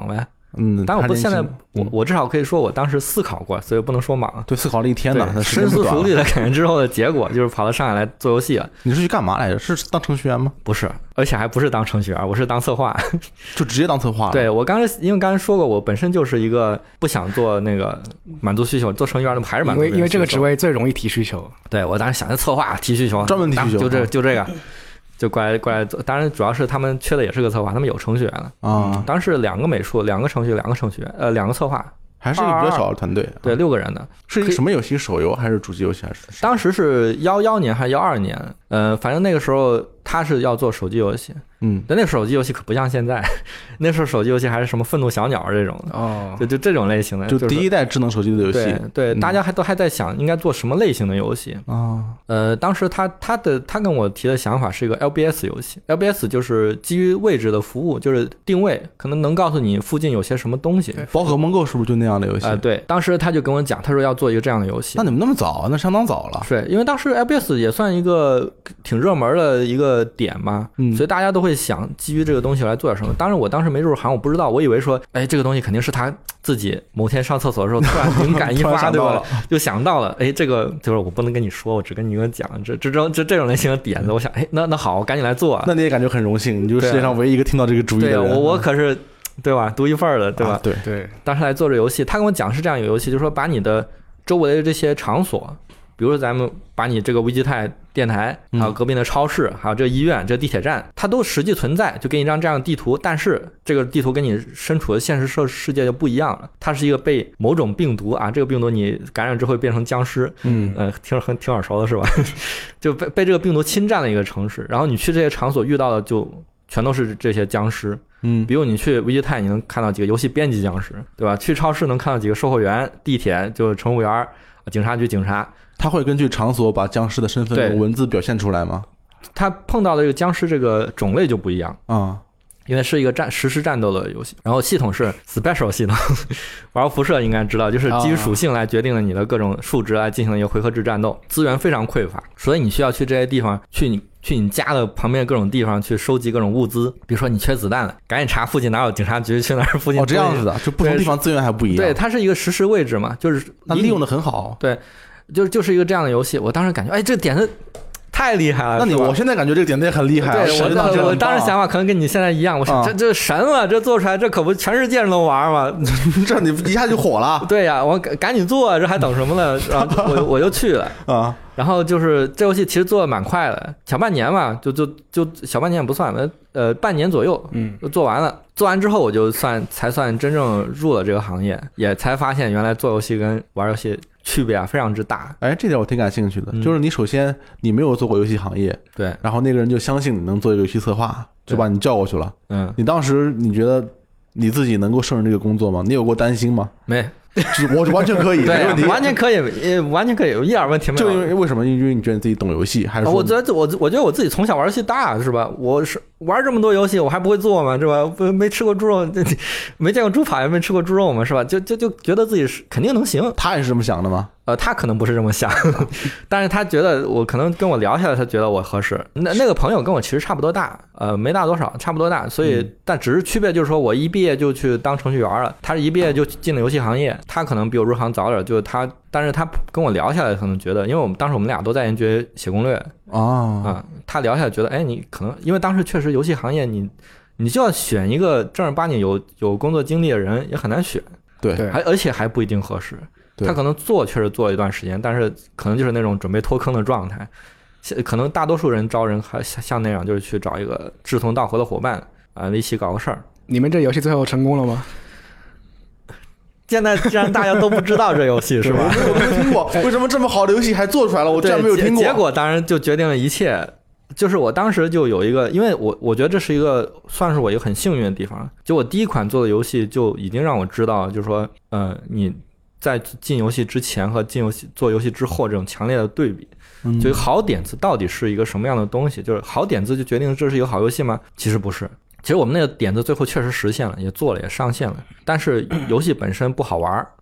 嗯， 但我不现在我嗯我至少可以说我当时思考过，所以不能说莽。 对，思考了一天呢， 对深思熟虑的感觉之后的结果就是跑到上海来做游戏了。 你是去干嘛来着？是当程序员吗？ 不是，而且还不是当程序员，我是当策划， 就直接当策划了。 对，我刚才因为刚才说过，我本身就是一个不想做那个满足需求，做程序员的还是满足需求。 因为因为这个职位最容易提需求。 对，我当时想着策划提需求， 专门提需求， 就这就这个。就过来过来做，当然主要是他们缺的也是个策划，他们有程序员了啊。 当时两个美术，两个程序，两个程序员，呃，两个策划， 还是一个比较小的团队。 对，六个人的。 是一个什么游戏？手游还是主机游戏？还是？ 当时是幺幺年还是幺二年？呃，反正那个时候他是要做手机游戏。 嗯， 但那手机游戏可不像现在，那时候手机游戏还是什么愤怒小鸟这种的哦， 就就这种类型的， 就第一代智能手机的游戏。 对对， 嗯、 大家还都还在想应该做什么类型的游戏啊、哦。 呃，当时他他的他跟我提的想法是一个 L B S 游戏 ，L B S 就是基于位置的服务，就是定位，可能能告诉你附近有些什么东西。 宝可梦 Go 是不是就那样的游戏？ 呃，对，当时他就跟我讲，他说要做一个这样的游戏。 那你们那么早，那相当早了。 对，因为当时 L B S 也算一个挺热门的一个点嘛， 嗯， 所以大家都会想基于这个东西来做点什么。当然，我当时没入行，我不知道，我以为说，哎，这个东西肯定是他自己某天上厕所的时候突然灵感一发，对吧？就想到了，哎，这个就是我不能跟你说，我只跟你跟讲，这这种这这种类型的点子，我想，哎，那那好，我赶紧来做、啊。 那你也感觉很荣幸，你就是世界上唯一一个听到这个主意的人。 对、啊，我我可是对吧，独一份的，对吧？ 啊、对对。 当时来做这游戏，他跟我讲是这样一个游戏，就是说把你的周围的这些场所。比如说咱们把你这个维基泰电台，还有隔壁的超市，还有这个医院、这个地铁站，它都实际存在，就给你一张这样的地图。但是这个地图跟你身处的现实世世界就不一样了，它是一个被某种病毒啊，这个病毒你感染之后变成僵尸， 嗯， 呃，听着很挺耳熟的是吧？就被被这个病毒侵占了一个城市，然后你去这些场所遇到的就全都是这些僵尸。 嗯， 比如你去维基泰，你能看到几个游戏编辑僵尸，对吧？去超市能看到几个售货员，地铁就是乘务员，警察局警察。 他会根据场所把僵尸的身份用文字表现出来吗？ 他碰到的这个僵尸这个种类就不一样啊、嗯， 因为是一个战实时战斗的游戏，然后系统是 special 系统，玩辐射应该知道，就是基于属性来决定了你的各种数值来进行一个回合制战斗，资源非常匮乏，所以你需要去这些地方去你。去你家的旁边各种地方去收集各种物资，比如说你缺子弹了，赶紧查附近哪有警察局，去哪儿附近。 哦，这样子的，就不同地方资源还不一样。 对，它是一个实时位置嘛，就是那利用的很好。 对，就就是一个这样的游戏。我当时感觉，哎，这个点子太厉害了。 那你我现在感觉这个点子也很厉害、啊。 对，我当我当时想法可能跟你现在一样，我说、啊、这这神了，这做出来这可不全世界人都玩嘛， 这你一下就火了。 对呀、啊，我赶紧做，这还等什么呢？然后我我就去了啊。 然后就是这游戏其实做的蛮快的，小半年嘛，就就就小半年也不算了，呃，半年左右， 嗯， 就做完了。做完之后，我就算才算真正入了这个行业，也才发现原来做游戏跟玩游戏区别啊非常之大。 哎，这点我挺感兴趣的， 嗯、 就是你首先你没有做过游戏行业， 对， 然后那个人就相信你能做一个游戏策划，就把你叫过去了。 嗯， 你当时你觉得你自己能够胜任这个工作吗？你有过担心吗？ 没。 我完全可以， 对、 没问题， 完全可以，呃，完全可以，一点问题没有。 就因为为什么？因为你觉得你自己懂游戏，还是说？ 我觉得我我觉得我自己从小玩游戏大，是吧？我是玩这么多游戏，我还不会做吗？是吧？不没吃过猪肉，没见过猪扒，也没吃过猪肉嘛，是吧？就就就觉得自己是肯定能行。 他也是这么想的吗？ 呃，他可能不是这么想，但是他觉得我可能跟我聊下来，他觉得我合适。那那个朋友跟我其实差不多大，呃，没大多少，差不多大。所以，嗯、但只是区别就是说我一毕业就去当程序员了，他是一毕业就进了游戏行业，他可能比我入行早点，就是他，但是他跟我聊下来，可能觉得，因为我们当时我们俩都在研究写攻略啊，啊、 嗯，他聊下来觉得，哎，你可能因为当时确实游戏行业你你就要选一个正儿八经有有工作经历的人也很难选， 对， 还而且还不一定合适。他可能做确实做了一段时间，但是可能就是那种准备脱坑的状态。可能大多数人招人还像那样，就是去找一个志同道合的伙伴啊、呃，一起搞个事儿。 你们这游戏最后成功了吗？ 现在既然大家都不知道这游戏是吧？ 我没有听过，为什么这么好的游戏还做出来了？我居然没有听过。 结果当然就决定了一切。就是我当时就有一个，因为我我觉得这是一个算是我一个很幸运的地方。就我第一款做的游戏就已经让我知道，就是说，呃，你。在进游戏之前和进游戏做游戏之后这种强烈的对比，就好点子到底是一个什么样的东西？就是好点子就决定这是一个好游戏吗？其实不是。其实我们那个点子最后确实实现了，也做了，也上线了，但是游戏本身不好玩，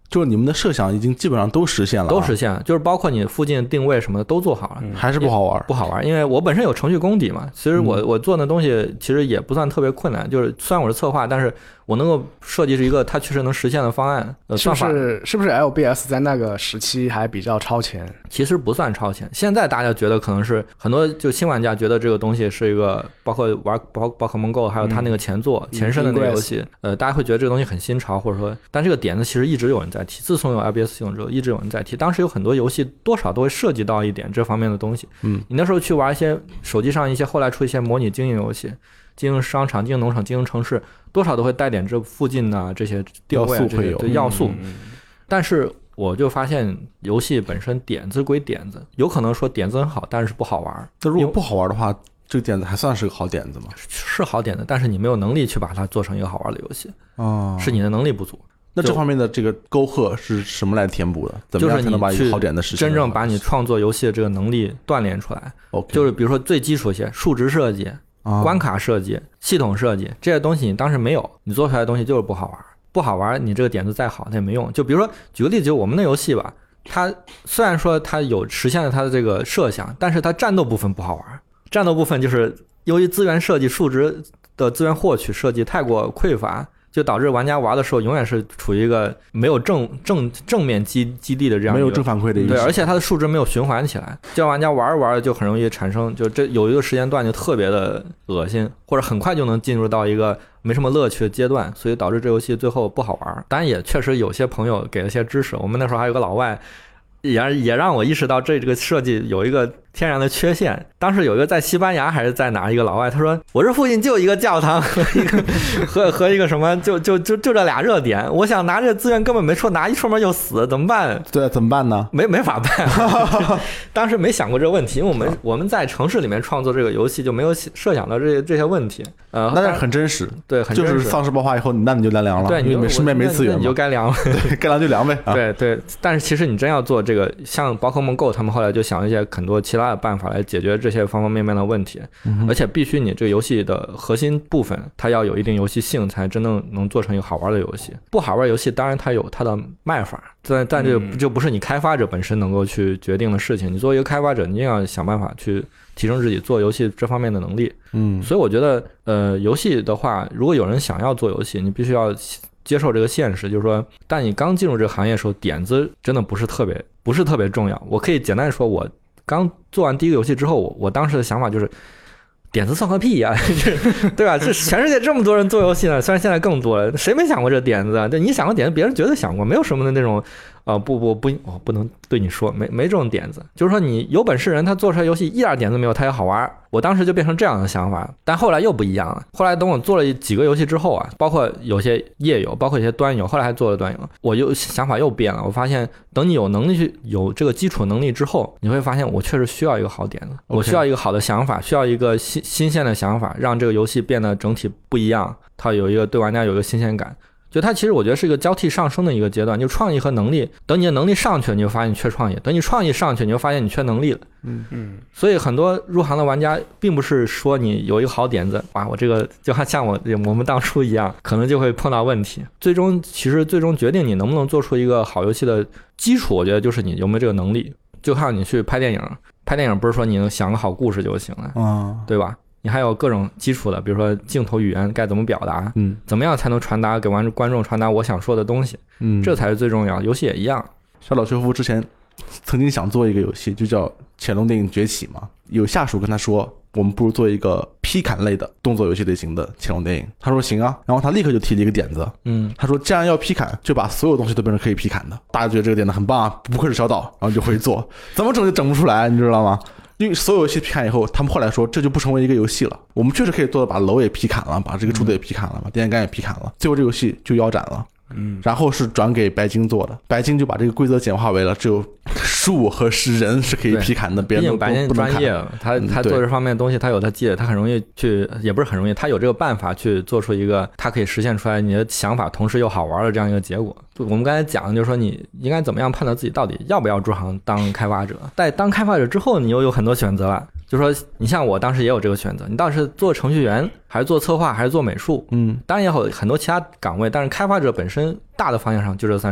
就是你们的设想已经基本上都实现了、啊， 都实现了，就是包括你附近定位什么的都做好了， 嗯、还是不好玩， 不好玩，因为我本身有程序功底嘛，其实我、嗯、我做的东西其实也不算特别困难，就是虽然我是策划，但是我能够设计是一个它确实能实现的方案。呃、 是不是是不是 L B S 在那个时期还比较超前？ 其实不算超前，现在大家觉得可能是很多就新玩家觉得这个东西是一个，包括玩宝宝可梦 Go 还有它那个前作、嗯、前身的那个游戏、嗯，呃，大家会觉得这个东西很新潮，或者说，但这个点子其实一直有人在提，自从有 L B S 系统之后，一直有人在提。当时有很多游戏多少都会涉及到一点这方面的东西。 嗯， 你那时候去玩一些手机上一些后来出一些模拟经营游戏。经营商场、经营农场、经营城市，多少都会带点这附近的这些定位、啊、这些对要素。 嗯、 但是我就发现，游戏本身点子归点子，有可能说点子很好，但是不好玩。 那如果不好玩的话，这个点子还算是个好点子吗？ 是好点子，但是你没有能力去把它做成一个好玩的游戏。 哦， 是你的能力不足。 那这方面的这个沟壑是什么来填补的？怎么样才能把一个好点子实现？ 真正把你创作游戏的这个能力锻炼出来。 OK， 就是比如说最基础一些数值设计。关卡设计、系统设计这些东西你当时没有，你做出来的东西就是不好玩，不好玩你这个点子再好它也没用。就比如说举个例子，就我们的游戏吧，它虽然说它有实现了它的这个设想，但是它战斗部分不好玩。战斗部分就是由于资源设计、数值的资源获取设计太过匮乏，就导致玩家玩的时候永远是处于一个没有正正正面激激励的这样一个没有正反馈的一个， 对，而且它的数值没有循环起来，就让玩家玩着玩着就很容易产生，就这有一个时间段就特别的恶心，或者很快就能进入到一个没什么乐趣的阶段，所以导致这游戏最后不好玩。当然也确实有些朋友给了些支持，我们那时候还有个老外也也让我意识到这这个设计有一个天然的缺陷。当时有一个在西班牙还是在哪一个老外，他说我这附近就一个教堂和一个和和一个什么就就就就这俩热点，我想拿这资源根本没出，拿一出门就死，怎么办？ 对，怎么办呢？ 没没法办。当时没想过这个问题，因为我们我们在城市里面创作这个游戏就没有设想到这些这些问题。呃， 那是很真实， 对，很真实。 就是丧尸爆发以后，那你就来凉了， 对， 因为身边没资源嘛， 你就该凉了， 对，该凉就凉呗。啊、 对对，但是其实你真要做这个，像宝可梦 Go 他们后来就想一些很多其他的办法来解决这些方方面面的问题， 嗯、 而且必须你这个游戏的核心部分它要有一定游戏性，才真正能做成一个好玩的游戏。不好玩游戏当然它有它的卖法，但但这就不是你开发者本身能够去决定的事情。你作为一个开发者，你一定要想办法去提升自己做游戏这方面的能力。 嗯， 所以我觉得，呃，游戏的话，如果有人想要做游戏，你必须要接受这个现实，就是说，但你刚进入这个行业的时候，点子真的不是特别，不是特别重要。我可以简单说，我刚做完第一个游戏之后，我我当时的想法就是，点子算个屁呀、啊，对吧？这全世界这么多人做游戏呢，虽然现在更多了，谁没想过这点子啊？对，你想过点子，别人绝对想过，没有什么的那种。呃，不不不，我不能对你说，没没这种点子。就是说，你有本事人，他做出来游戏一点点子没有，他也好玩。我当时就变成这样的想法，但后来又不一样了。后来等我做了几个游戏之后啊，包括有些页游，包括一些端游，后来还做了端游，我又想法又变了。我发现，等你有能力去有这个基础能力之后，你会发现我确实需要一个好点子， okay. 我需要一个好的想法，需要一个新新鲜的想法，让这个游戏变得整体不一样，它有一个对玩家有一个新鲜感。就它其实我觉得是一个交替上升的一个阶段，就创意和能力，等你的能力上去了，你就发现你缺创意；等你创意上去，你就发现你缺能力了。 嗯嗯。 所以很多入行的玩家，并不是说你有一个好点子，哇，我这个就像我我们当初一样，可能就会碰到问题。最终其实最终决定你能不能做出一个好游戏的基础，我觉得就是你有没有这个能力。就看你去拍电影，拍电影不是说你能想个好故事就行了， 嗯， 对吧？你还有各种基础的，比如说镜头语言该怎么表达， 嗯， 怎么样才能传达给观观众传达我想说的东西， 嗯， 这才是最重要。游戏也一样。 小岛秀夫之前曾经想做一个游戏，就叫《潜龙电影崛起》嘛，有下属跟他说，我们不如做一个劈砍类的动作游戏类型的潜龙电影。他说行啊，然后他立刻就提了一个点子， 嗯， 他说既然要劈砍，就把所有东西都变成可以劈砍的。大家觉得这个点子很棒啊，不愧是小岛，然后就会做，怎么整就整不出来，你知道吗？因为所有游戏劈砍以后，他们后来说这就不成为一个游戏了。我们确实可以做把楼也劈砍了，把这个柱子也劈砍了，把电线杆也劈砍了，最后这个游戏就腰斩了。 嗯， 然后是转给白金做的，白金就把这个规则简化为了只有树和是人是可以劈砍的，别人都白金不能砍。 专业了，他他做这方面的东西，他有他记得，他很容易去，也不是很容易，他有这个办法去做出一个他可以实现出来你的想法，同时又好玩的这样一个结果。我们刚才讲的就是说，你应该怎么样判断自己到底要不要入行当开发者。在当开发者之后，你又有很多选择了。就是说，你像我当时也有这个选择，你到底是做程序员，还是做策划，还是做美术？ 嗯， 当然也有很多其他岗位，但是开发者本身大的方向上就这三种。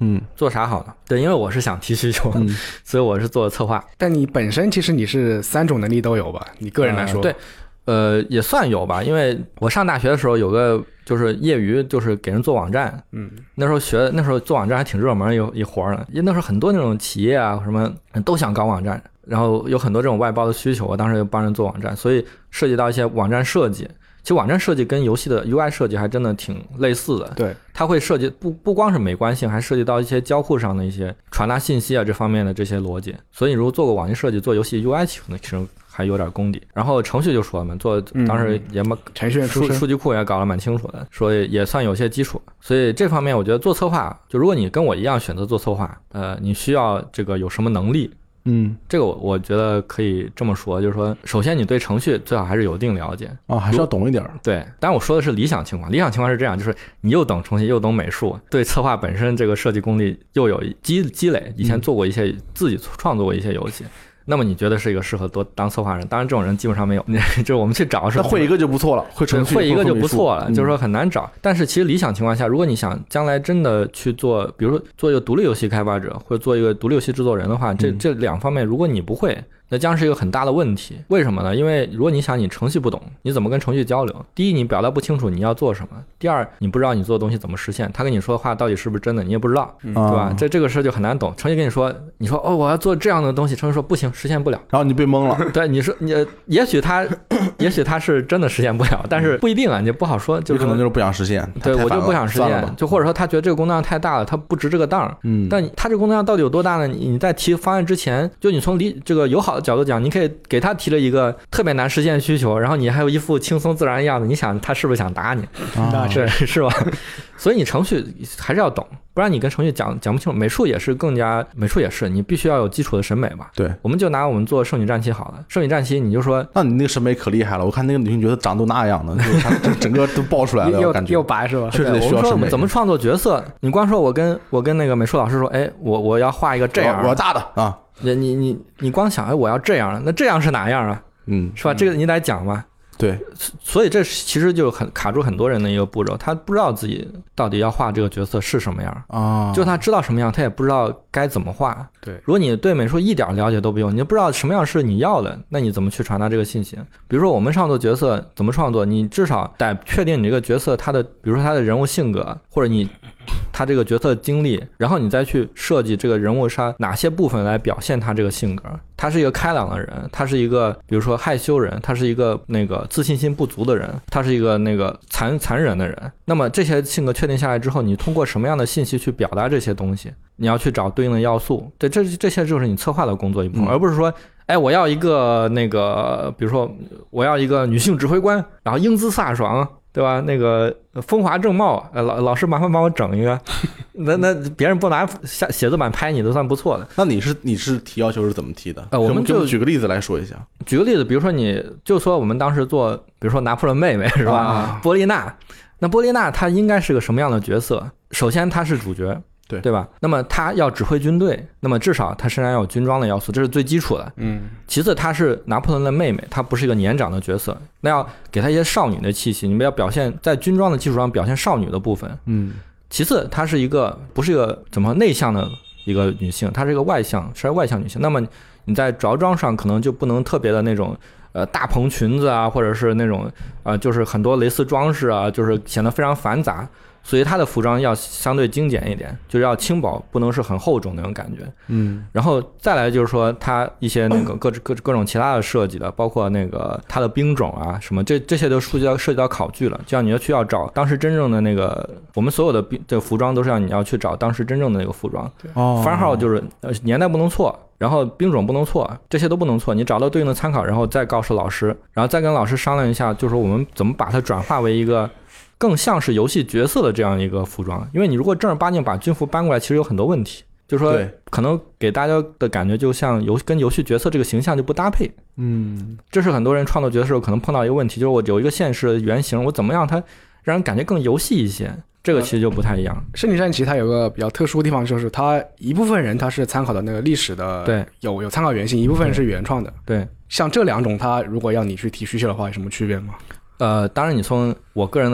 嗯，做啥好呢？对，因为我是想提需求，嗯、所以我是做策划。 但你本身其实你是三种能力都有吧？你个人来说， 呃、对，呃，也算有吧。因为我上大学的时候有个就是业余，就是给人做网站。嗯，那时候学那时候做网站还挺热门一一活呢，因为那时候很多那种企业啊什么都想搞网站。然后有很多这种外包的需求，我当时就帮人做网站，所以涉及到一些网站设计。其实网站设计跟游戏的 U I 设计还真的挺类似的。 对， 它会涉及不不光是美观性，还涉及到一些交互上的一些传达信息啊这方面的这些逻辑。所以如果做过网页设计、做游戏 U I 其实还有点功底。然后程序就说了嘛，做当时也蛮、 嗯、程序员出身， 数据库也搞得蛮清楚的，所以也算有些基础。所以这方面我觉得做策划，就如果你跟我一样选择做策划，呃，你需要这个有什么能力？ 嗯， 这个我我觉得可以这么说，就是说，首先你对程序最好还是有一定了解啊、哦，还是要懂一点。 对，当然我说的是理想情况，理想情况是这样，就是你又懂程序又懂美术，对策划本身这个设计功力又有积积累，以前做过一些、嗯、自己创作过一些游戏。那么你觉得是一个适合多当策划人？当然这种人基本上没有，就是我们去找是那会一个就不错了，会程序会一个就不错了， 嗯、 就是说很难找。但是其实理想情况下，如果你想将来真的去做，比如说做一个独立游戏开发者，或者做一个独立游戏制作人的话，这这两方面如果你不会，那将是一个很大的问题。为什么呢？因为如果你想你程序不懂，你怎么跟程序交流？第一，你表达不清楚你要做什么；第二，你不知道你做的东西怎么实现。他跟你说的话到底是不是真的，你也不知道，嗯、对吧？这这个事就很难懂。程序跟你说，你说哦我要做这样的东西，程序说不行，实现不了， 然后你被蒙了。 对，你说你也许他也许他是真的实现不了，但是不一定啊，你不好说。就可能就是不想实现。 对，我就不想实现，就或者说他觉得这个工作量太大了，他不值这个当。嗯，但他这个工作量到底有多大呢？你你在提方案之前，就你从理这个友好的角度讲，你可以给他提了一个特别难实现的需求，然后你还有一副轻松自然的样子，你想他是不是想打你？ 啊， 是是吧？所以你程序还是要懂，不然你跟程序讲讲不清楚。美术也是更加，美术也是你必须要有基础的审美吧？ 对， 我们就拿我们做圣女战旗好了，圣女战旗你就说， 那你那个审美可厉害了，我看那个女性角色长得都那样的，就是她整个都爆出来了，我感觉又白是吧？ 确实得需要审美。 怎么创作角色？你光说我跟我跟那个美术老师说，哎，我我要画一个这样， 我要大的啊。 你你你你光想哎我要这样，那这样是哪样啊？ 嗯， 是吧？这个你得讲嘛。 对， 所以这其实就很卡住很多人的一个步骤，他不知道自己到底要画这个角色是什么样啊， 就他知道什么样，他也不知道该怎么画。 对， 如果你对美术一点了解都不用，你就不知道什么样是你要的，那你怎么去传达这个信息？比如说我们创作角色怎么创作，你至少得确定你这个角色他的，比如说他的人物性格，或者你他这个角色经历，然后你再去设计这个人物他哪些部分来表现他这个性格。他是一个开朗的人，他是一个比如说害羞人，他是一个那个自信心不足的人，他是一个那个残残忍的人。那么这些性格确定下来之后，你通过什么样的信息去表达这些东西？你要去找对应的要素。对，这这些就是你策划的工作一部分，嗯、而不是说，哎，我要一个那个，比如说我要一个女性指挥官，然后英姿飒爽。对吧？那个风华正茂，呃，老老师麻烦帮我整一个，那那别人不拿下写字板拍你都算不错的。 那你是你是提要求是怎么提的？ 呃，我们就举个例子来说一下。 举个例子，比如说你就说我们当时做，比如说拿破仑妹妹是吧？啊、波丽娜，那波丽娜她应该是个什么样的角色？首先她是主角。 对对吧？那么他要指挥军队，那么至少他身上要有军装的要素，这是最基础的。 嗯。 其次，他是拿破仑的妹妹，她不是一个年长的角色，那要给她一些少女的气息，你们要表现在军装的基础上表现少女的部分。 嗯。 其次，她是一个不是一个怎么内向的一个女性，她是一个外向，是外向女性。那么你在着装上可能就不能特别的那种。呃，大蓬裙子啊，或者是那种呃，就是很多蕾丝装饰啊，就是显得非常繁杂，所以它的服装要相对精简一点，就是要轻薄，不能是很厚重那种感觉。 嗯， 然后再来就是说它一些那个各各各种其他的设计的，包括那个它的兵种啊什么，这这些都涉及到涉及到考据了，就像你要去要找当时真正的那个，我们所有的兵这个服装都是让你要去找当时真正的那个服装， 哦， 番号就是呃年代不能错。然后兵种不能错，这些都不能错，你找到对应的参考，然后再告诉老师，然后再跟老师商量一下，就是说我们怎么把它转化为一个更像是游戏角色的这样一个服装。因为你如果正儿八经把军服搬过来，其实有很多问题，就是说可能给大家的感觉就像游跟游戏角色这个形象就不搭配。 嗯， 这是很多人创作角色的时候可能碰到一个问题，就是我有一个现实的原型，我怎么样它让人感觉更游戏一些。这个其实就不太一样。 圣女战旗它有个比较特殊的地方，就是它一部分人他是参考的那个历史的， 对， 有有参考原型，一部分人是原创的。 对， 像这两种，它如果要你去提需求的话，有什么区别吗？ 呃，当然，你从我个人的体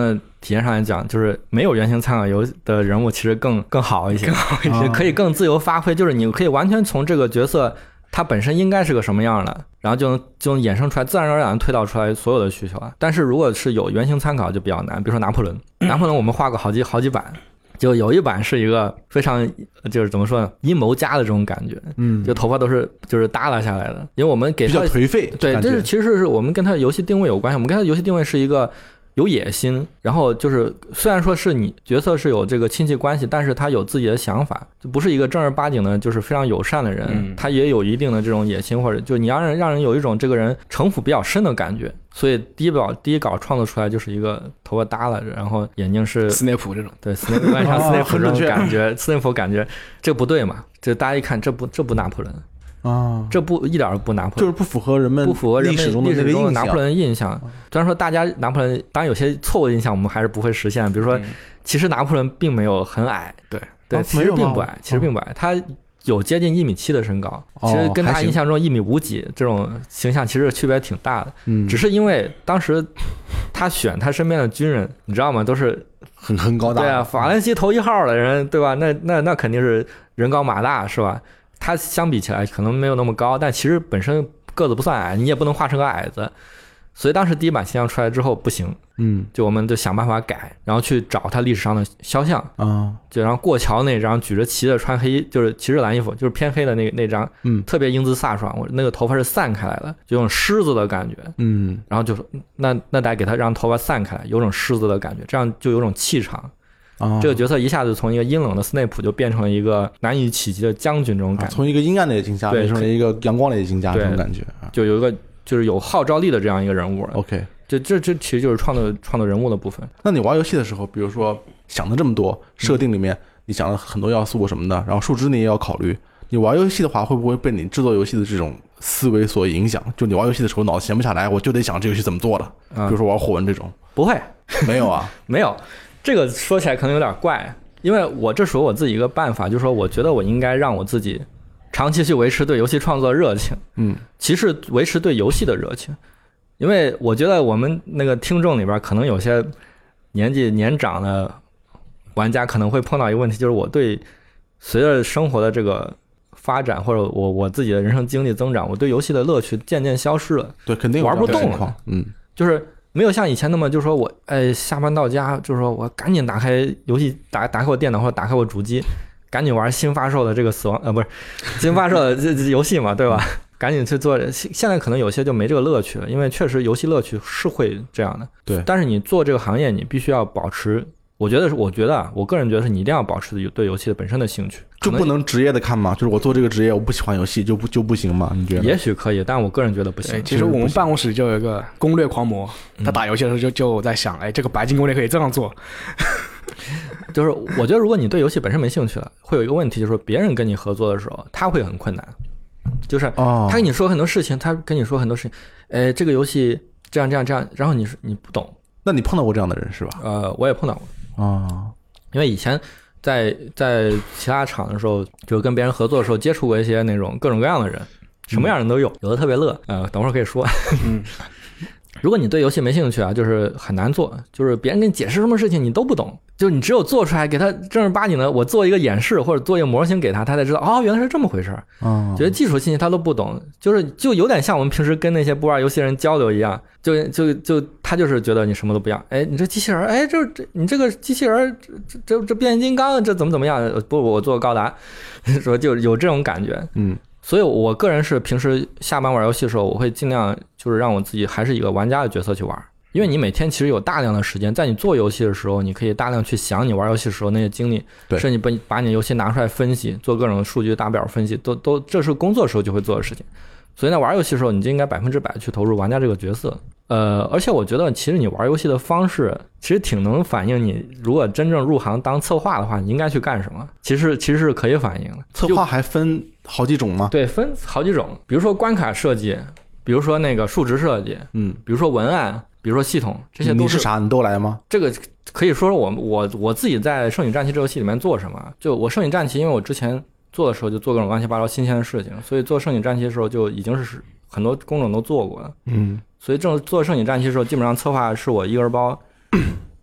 体验上来讲，就是没有原型参考游的人物其实更更好一些， 更好一些，可以更自由发挥。就是你可以完全从这个角色他本身应该是个什么样的，然后就能就能衍生出来，自然而然推导出来所有的需求啊。但是如果是有原型参考就比较难，比如说拿破仑，拿破仑我们画过好几好几版。就有一版是一个非常就是怎么说呢，阴谋家的这种感觉，嗯，就头发都是就是耷拉下来的，因为我们给他比较颓废， 对，这是其实是我们跟他的游戏定位有关系，我们跟他的游戏定位是一个有野心，然后就是虽然说是你角色是有这个亲戚关系，但是他有自己的想法，就不是一个正儿八经的就是非常友善的人，嗯、他也有一定的这种野心，或者就你让人让人有一种这个人城府比较深的感觉。所以第一稿第一稿创作出来就是一个头发耷拉着，然后眼睛是斯内普这种， 对斯内普像斯内普这种感觉，斯内普感觉这不对嘛？这大家一看这不这不拿破仑啊，这不一点不拿破仑， 就是不符合人们不符合人们历史中的那个印象。 拿破仑的印象，虽然说大家拿破仑当然有些错误的印象我们还是不会实现，比如说、嗯、其实拿破仑并没有很矮，对对、啊，其实并不矮，其实并不矮，他有接近一米七的身高，其实跟他印象中一米五几这种形象其实区别挺大的。嗯，只是因为当时他选他身边的军人，你知道吗？都是很很高大。 对啊，法兰西头一号的人，对吧？那那那肯定是人高马大，是吧？他相比起来可能没有那么高，但其实本身个子不算矮，你也不能画成个矮子。所以当时第一版形象出来之后不行，嗯，就我们就想办法改，然后去找他历史上的肖像啊，就然后过桥那张举着旗的穿黑就是骑着蓝衣服就是偏黑的那那张，嗯，特别英姿飒爽，我那个头发是散开来的，就有种狮子的感觉，嗯，然后就说那那得给他让头发散开来，有种狮子的感觉，这样就有种气场。啊，这个角色一下子从一个阴冷的斯内普就变成了一个难以企及的将军这种感觉，啊、 从一个阴暗的野心家变成了一个阳光的野心家这种感觉， 就有一个。就是有号召力的这样一个人物 ，OK， 这这这其实就是创作创作人物的部分。 那你玩游戏的时候，比如说想的这么多，设定里面你想了很多要素什么的，然后数值你也要考虑。你玩游戏的话，会不会被你制作游戏的这种思维所影响？就你玩游戏的时候，脑子闲不下来，我就得想这游戏怎么做的。比如说玩火纹这种， 不会， 没有啊， 没有。这个说起来可能有点怪，因为我这属于我自己一个办法，就是说我觉得我应该让我自己长期去维持对游戏创作热情，嗯，其实维持对游戏的热情，因为我觉得我们那个听众里边可能有些年纪年长的玩家可能会碰到一个问题，就是我对随着生活的这个发展或者我我自己的人生经历增长，我对游戏的乐趣渐渐消失了， 对，肯定玩不动了，嗯，就是没有像以前那么就是说我哎下班到家就是说我赶紧打开游戏打打开我电脑或者打开我主机。赶紧玩新发售的这个死亡呃不是新发售的这游戏嘛，对吧？赶紧去做。现在可能有些就没这个乐趣了，因为确实游戏乐趣是会这样的。 对。 但是你做这个行业，你必须要保持，我觉得是，我觉得啊，我个人觉得是你一定要保持对游戏的本身的兴趣。 就不能职业的看吗？就是我做这个职业，我不喜欢游戏，就不就不行吗？你觉得？ 也许可以，但我个人觉得不行。 其实我们办公室就有一个攻略狂魔，他打游戏的时候就就在想，哎，这个白金攻略可以这样做。 就是我觉得，如果你对游戏本身没兴趣了，会有一个问题，就是说别人跟你合作的时候，他会很困难。就是他跟你说很多事情，他跟你说很多事情，哎，这个游戏这样这样这样，然后你你不懂。 那你碰到过这样的人是吧？ 呃，我也碰到过啊，因为以前在在其他厂的时候，就跟别人合作的时候，接触过一些那种各种各样的人，什么样的人都有，有的特别乐，呃，等会儿可以说。嗯。如果你对游戏没兴趣啊，就是很难做，就是别人跟你解释什么事情你都不懂，就你只有做出来给他正儿八经的，我做一个演示或者做一个模型给他，他才知道哦，原来是这么回事儿。嗯，觉得基础信息他都不懂，就是就有点像我们平时跟那些不玩游戏人交流一样，就就就他就是觉得你什么都不一样。哎，你这机器人，哎，这这你这个机器人，这这这变形金刚，这怎么怎么样？不，我做高达，说就有这种感觉。嗯。所以我个人是平时下班玩游戏的时候，我会尽量就是让我自己还是一个玩家的角色去玩，因为你每天其实有大量的时间，在你做游戏的时候，你可以大量去想你玩游戏的时候那些经历，甚至把把你游戏拿出来分析，做各种数据大表分析，都都这是工作的时候就会做的事情。所以在玩游戏的时候，你就应该百分之百去投入玩家这个角色。呃，而且我觉得其实你玩游戏的方式其实挺能反映你如果真正入行当策划的话，你应该去干什么。其实其实是可以反映的。 策划还分好几种吗？ 对，分好几种。比如说关卡设计，比如说那个数值设计，嗯，比如说文案，比如说系统，这些都是。 你是啥？你都来吗？ 这个可以说我我我自己在《圣女战旗》这游戏里面做什么？就我《圣女战旗》，因为我之前做的时候就做各种乱七八糟新鲜的事情，所以做《圣女战旗》的时候就已经是很多工种都做过了。嗯。所以正做《圣女战旗》的时候，基本上策划是我一个人包，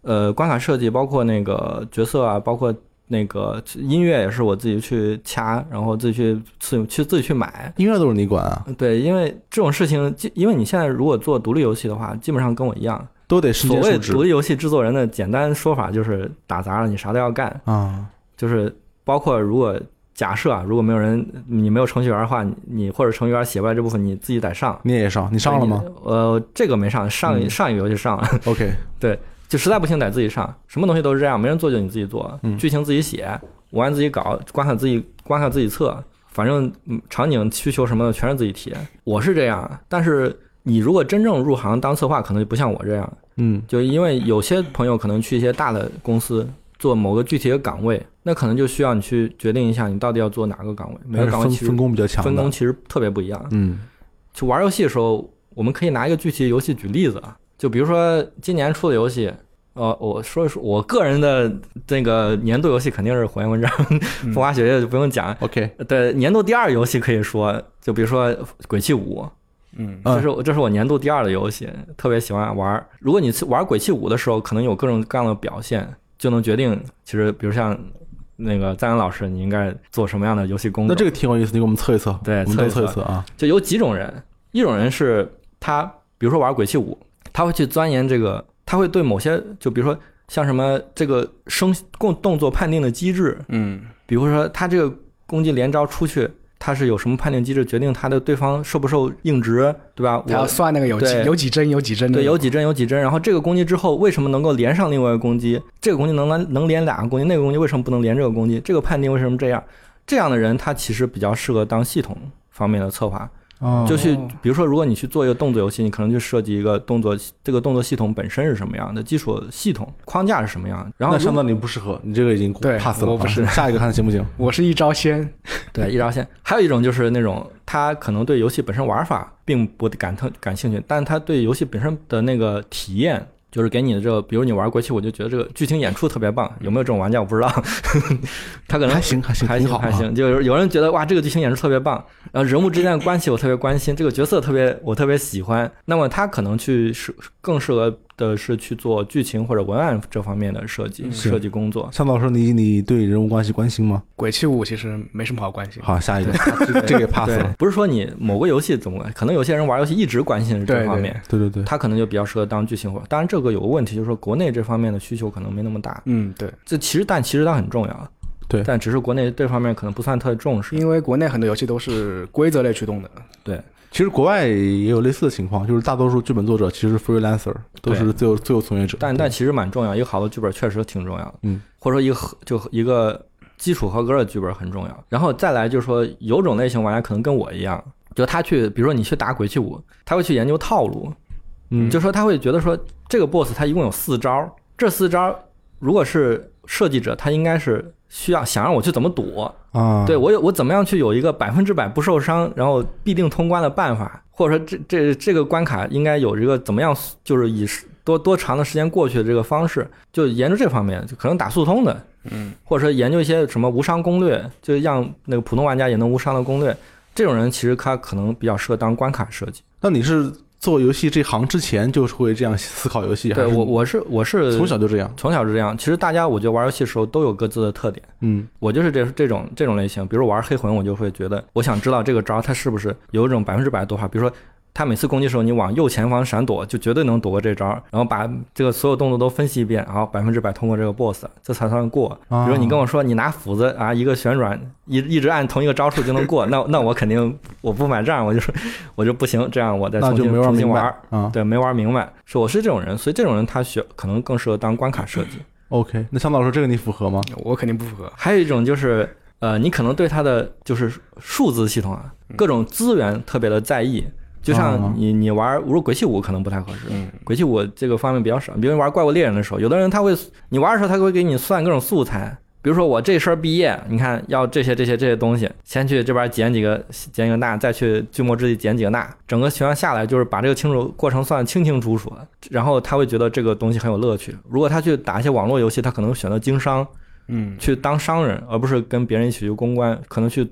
呃，关卡设计包括那个角色啊，包括那个音乐也是我自己去掐，然后自己去自去自己去买。 音乐都是你管啊？ 对，因为这种事情，因为你现在如果做独立游戏的话，基本上跟我一样， 都得身兼数职。 所谓独立游戏制作人的简单说法就是打杂了，你啥都要干啊。 就是包括如果假设啊，如果没有人，你没有程序员的话，你你或者程序员写不来这部分，你自己得上。 你也上？你上了吗？ 呃，这个没上，上、嗯、上一个游戏上了。 OK， 对。就实在不行得自己上，什么东西都是这样，没人做就你自己做， 嗯、 剧情自己写，文案自己搞，关卡自己关卡自己测，反正场景需求什么的全是自己提。我是这样，但是你如果真正入行当策划，可能就不像我这样， 嗯， 就因为有些朋友可能去一些大的公司做某个具体的岗位，那可能就需要你去决定一下你到底要做哪个岗位，每个岗位其实分工比较强， 分工其实特别不一样。 嗯， 就玩游戏的时候，我们可以拿一个具体的游戏举例子啊。就比如说今年出的游戏，呃，我说说我个人的这个年度游戏肯定是《火焰文章》，风花雪月就不用讲。 OK， 对，年度第二游戏可以说，就比如说《鬼泣五》， 嗯， 这是这是我年度第二的游戏，特别喜欢玩。如果你玩《鬼泣五》的时候，可能有各种各样的表现，就能决定其实，比如像那个赞恩老师，你应该做什么样的游戏工作。 那这个挺有意思，你给我们测一测。 对， 我们都测一测啊。 就有几种人，一种人是他，比如说玩《鬼泣五》。他会去钻研这个，他会对某些，就比如说像什么这个生共动作判定的机制， 嗯， 比如说他这个攻击连招出去，他是有什么判定机制决定他的对方受不受硬直，对吧？ 他要算那个有几有几帧有几帧的， 对，有几帧有几帧。然后这个攻击之后为什么能够连上另外一个攻击？这个攻击能能连两个攻击，那个攻击为什么不能连这个攻击？这个判定为什么这样？这样的人他其实比较适合当系统方面的策划。 哦、 就去，比如说，如果你去做一个动作游戏，你可能去设计一个动作，这个动作系统本身是什么样的，基础系统框架是什么样的。然后， 那相当你不适合，你这个已经 pass 了。 我不是， 啊、下一个看行不行？ 我是一招鲜， 对，一招鲜。还有一种就是那种他可能对游戏本身玩法并不感特感兴趣，但他对游戏本身的那个体验。就是给你的这个，比如你玩过去，我就觉得这个剧情演出特别棒。有没有这种玩家我不知道，他可能还行还行还行挺好还行。就有人觉得哇，这个剧情演出特别棒，然后人物之间的关系我特别关心，这个角色特别我特别喜欢。那么他可能去是更适合的是去做剧情或者文案这方面的设计设计工作。 向导说你你对人物关系关心吗？ 鬼泣五其实没什么好关心。 好，下一个这个也 pass 了。 不是说你某个游戏怎么，可能有些人玩游戏一直关心这方面， 对对 对, 对， 他可能就比较适合当剧情活。当然这个有个问题就是说国内这方面的需求可能没那么大。 嗯，对， 这其实但其实它很重要。 对， 但只是国内这方面可能不算特别重视， 因为国内很多游戏都是规则类驱动的。 对， 其实国外也有类似的情况，就是大多数剧本作者其实 freelancer 都是自由自由从业者， 但但其实蛮重要，一个好的剧本确实挺重要的， 嗯， 或者说一个就一个基础合格的剧本很重要。然后再来就是说，有种类型玩家可能跟我一样，就他去，比如说你去打鬼泣五，他会去研究套路， 嗯， 就说他会觉得说这个 boss 他一共有四招，这四招如果是设计者，他应该是需要想让我去怎么躲啊？ 对我有我怎么样去有一个百分之百不受伤，然后必定通关的办法，或者说这这这个关卡应该有一个怎么样，就是以多多长的时间过去的这个方式，就研究这方面，就可能打速通的， 嗯， 或者说研究一些什么无伤攻略，就让那个普通玩家也能无伤的攻略，这种人其实他可能比较适合当关卡设计。 那你是做游戏这行之前就会这样思考游戏？ 对，我我是我是从小就这样， 从小就这样。其实大家我觉得玩游戏的时候都有各自的特点。 嗯， 我就是这这种这种类型。比如玩黑魂，我就会觉得我想知道这个招它是不是有一种百分之百的躲法。比如说他每次攻击的时候，你往右前方闪躲，就绝对能躲过这招。然后把这个所有动作都分析一遍，然后百分之百通过这个 boss， 这才算过。比如你跟我说你拿斧子啊，一个旋转一一直按同一个招数就能过，那那我肯定我不买账，我就说我就不行，这样我再重新重新玩。 啊， 对，没玩明白，说我是这种人，所以这种人他学可能更适合当关卡设计。 OK， 那向导说这个你符合吗？ 我肯定不符合。 还有一种就是呃，你可能对他的就是数字系统啊，各种资源特别的在意。就像你你玩，如果鬼泣五可能不太合适， 嗯， 鬼泣五这个方面比较少。比如玩怪物猎人的时候，有的人他会，你玩的时候他会给你算各种素材，比如说我这身毕业，你看要这些这些这些东西，先去这边捡几个捡一个钠，再去巨魔之地捡几个钠，整个情况下来就是把这个清楚过程算清清楚楚的，然后他会觉得这个东西很有乐趣。如果他去打一些网络游戏，他可能选择经商， 嗯， 去当商人，而不是跟别人一起去公关，可能去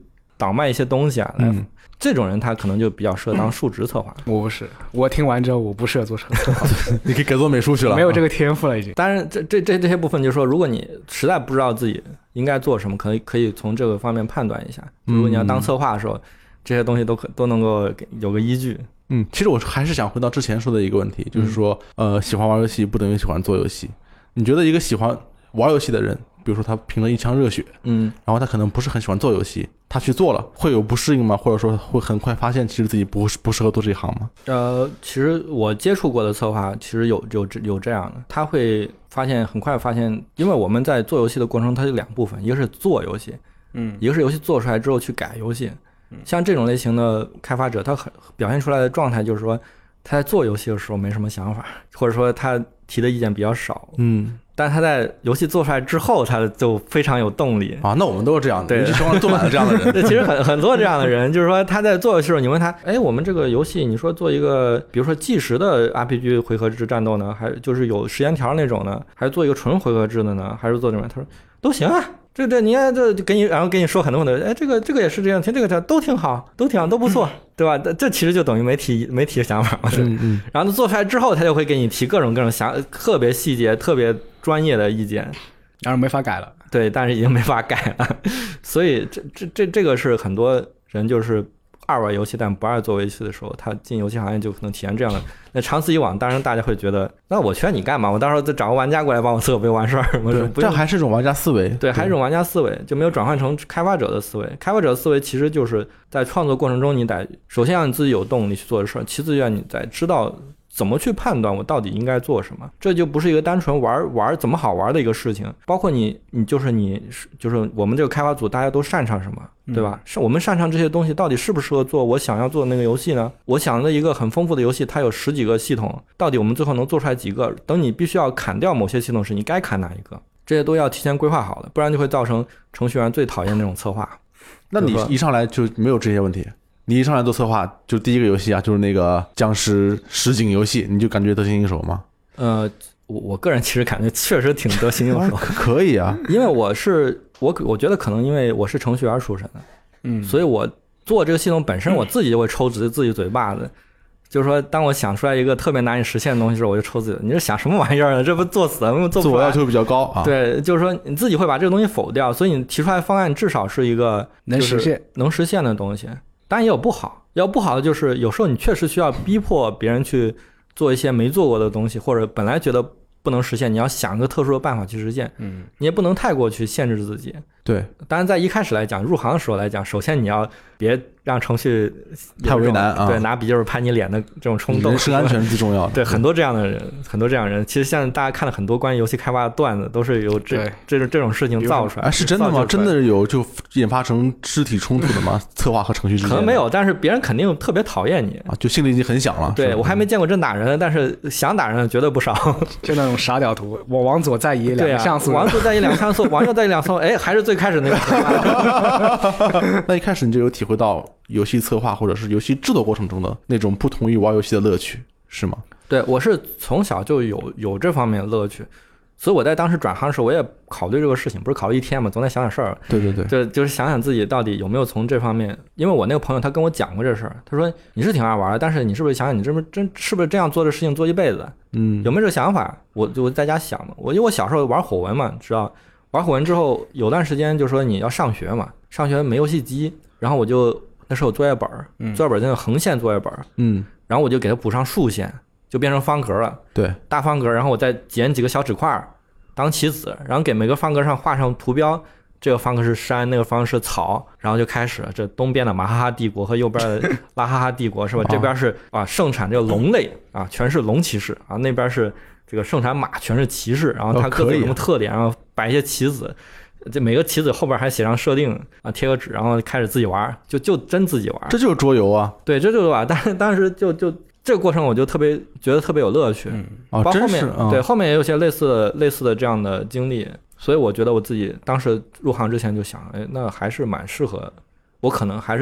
倒卖一些东西啊，来、 嗯、 这种人他可能就比较适合当数值策划。 我不是，我听完之后我不适合做策划， 你可以改做美术去了， 没有这个天赋了已经。 当然，这这这这些部分就是说，如果你实在不知道自己应该做什么，可以可以从这个方面判断一下。如果你要当策划的时候，嗯、这些东西都可都能够有个依据。 嗯，其实我还是想回到之前说的一个问题，就是说，呃，喜欢玩游戏不等于喜欢做游戏。你觉得一个喜欢玩游戏的人，比如说他凭了一腔热血， 嗯， 然后他可能不是很喜欢做游戏，他去做了，会有不适应吗？或者说会很快发现其实自己不不适合做这一行吗？ 呃，其实我接触过的策划，其实有有有这样的，他会发现很快发现，因为我们在做游戏的过程中，它有两部分，一个是做游戏， 嗯， 一个是游戏做出来之后去改游戏。像这种类型的开发者，他很表现出来的状态就是说，他在做游戏的时候没什么想法，或者说他提的意见比较少， 嗯， 但他在游戏做出来之后，他就非常有动力啊。那我们都是这样的， 对， 游戏生活做满了这样的人。 对，其实很很多这样的人，就是说他在做游戏的时候，你问他，哎，我们这个游戏，你说做一个，比如说计时的 R P G 回合制战斗呢，还就是有时间条那种呢，还是做一个纯回合制的呢，还是做这种？他说都行啊。这这你看这给你，然后给你说很多很多，哎，这个这个也是这样，听这个都挺好，都挺好，都不错，对吧？这其实就等于没提没提想法嘛。 嗯嗯。 然后他做出来之后，他就会给你提各种各种想特别细节、特别专业的意见， 然后没法改了。 对，但是已经没法改了。所以这这这这个是很多人就是爱玩游戏但不爱做游戏的时候，他进游戏行业就可能体现这样的。那长此以往，当然大家会觉得，那我劝你干嘛？我到时候再找个玩家过来帮我做不就完事儿吗？ 这还是一种玩家思维， 对，还是一种玩家思维，就没有转换成开发者的思维。开发者的思维其实就是在创作过程中，你得首先让你自己有动力去做的事儿，其次让你得知道怎么去判断我到底应该做什么。这就不是一个单纯玩玩怎么好玩的一个事情。包括你，你就是你，就是我们这个开发组大家都擅长什么？对吧？是我们擅长这些东西，到底适不适合做我想要做的那个游戏呢？我想的一个很丰富的游戏，它有十几个系统，到底我们最后能做出来几个？等你必须要砍掉某些系统时，你该砍哪一个？这些都要提前规划好的，不然就会造成程序员最讨厌那种策划。 那你一上来就没有这些问题？你一上来做策划，就第一个游戏啊，就是那个僵尸实景游戏，你就感觉得心应手吗？ 呃，我我个人其实感觉确实挺得心应手。 可以啊， 因为我是我我觉得可能因为我是程序员出身的，嗯，所以我做这个系统本身我自己就会抽自己自己嘴巴子，就是说当我想出来一个特别难以实现的东西的时候，我就抽自己，你是想什么玩意儿呢？这不作死了，做不出来。自我要求比较高啊。 对，就是说你自己会把这个东西否掉，所以你提出来的方案至少是一个能实现能实现的东西。当然也有不好，要不好的就是有时候你确实需要逼迫别人去做一些没做过的东西，或者本来觉得不能实现，你要想个特殊的办法去实现。嗯，你也不能太过去限制自己。 对， 当然在一开始来讲，入行的时候来讲，首先你要别让程序太为难啊， 对，拿笔就是拍你脸的这种冲动。 人身安全是最重要的。 对，很多这样的人，很多这样的人，其实现在大家看了很多关于游戏开发的段子，都是有这这种这种事情造出来。 哎，是真的吗？真的有就引发成肢体冲突的吗？策划和程序之间？ 可能没有，但是别人肯定特别讨厌你啊，就心里已经很想了。 对，我还没见过真打人的，但是想打人的绝对不少。 就那种傻屌图，我往左再移两个像素， 往左再移两个像素，往右再移两个像素，哎，还是最开始那个。 那一开始你就有体会到游戏策划或者是游戏制作过程中的那种不同于玩游戏的乐趣，是吗？ 对，我是从小就有有这方面的乐趣，所以我在当时转行的时候，我也考虑这个事情，不是考虑一天嘛，总得想想事儿。 对对对， 就就是想想自己到底有没有从这方面，因为我那个朋友他跟我讲过这事儿，他说你是挺爱玩的，但是你是不是想想你这不真是不是这样做的事情做一辈子？嗯，有没有这个想法？我就在家想嘛，我因为我小时候玩火纹嘛，知道。玩火纹之后，有段时间就说你要上学嘛，上学没游戏机，然后我就那时候有作业本，嗯，作业本那个横线作业本，嗯，然后我就给它补上竖线，就变成方格了， 对， 大方格，然后我再剪几个小纸块当棋子，然后给每个方格上画上图标，这个方格是山，那个方格是草，然后就开始了，这东边的马哈哈帝国和右边的拉哈哈帝国是吧？这边是啊盛产这个龙类啊，全是龙骑士啊，那边是。这个盛产马全是骑士，然后它各自有什么特点，然后摆一些棋子，这每个棋子后边还写上设定啊，贴个纸，然后开始自己玩，就就真自己玩。 这就是桌游啊。 对，这就是玩。但是当时就就这个过程，我就特别觉得特别有乐趣。嗯， 哦， 包括后面、 嗯、 对后面也有些类似的类似的这样的经历，所以我觉得我自己当时入行之前就想，哎，那还是蛮适合，我可能还是。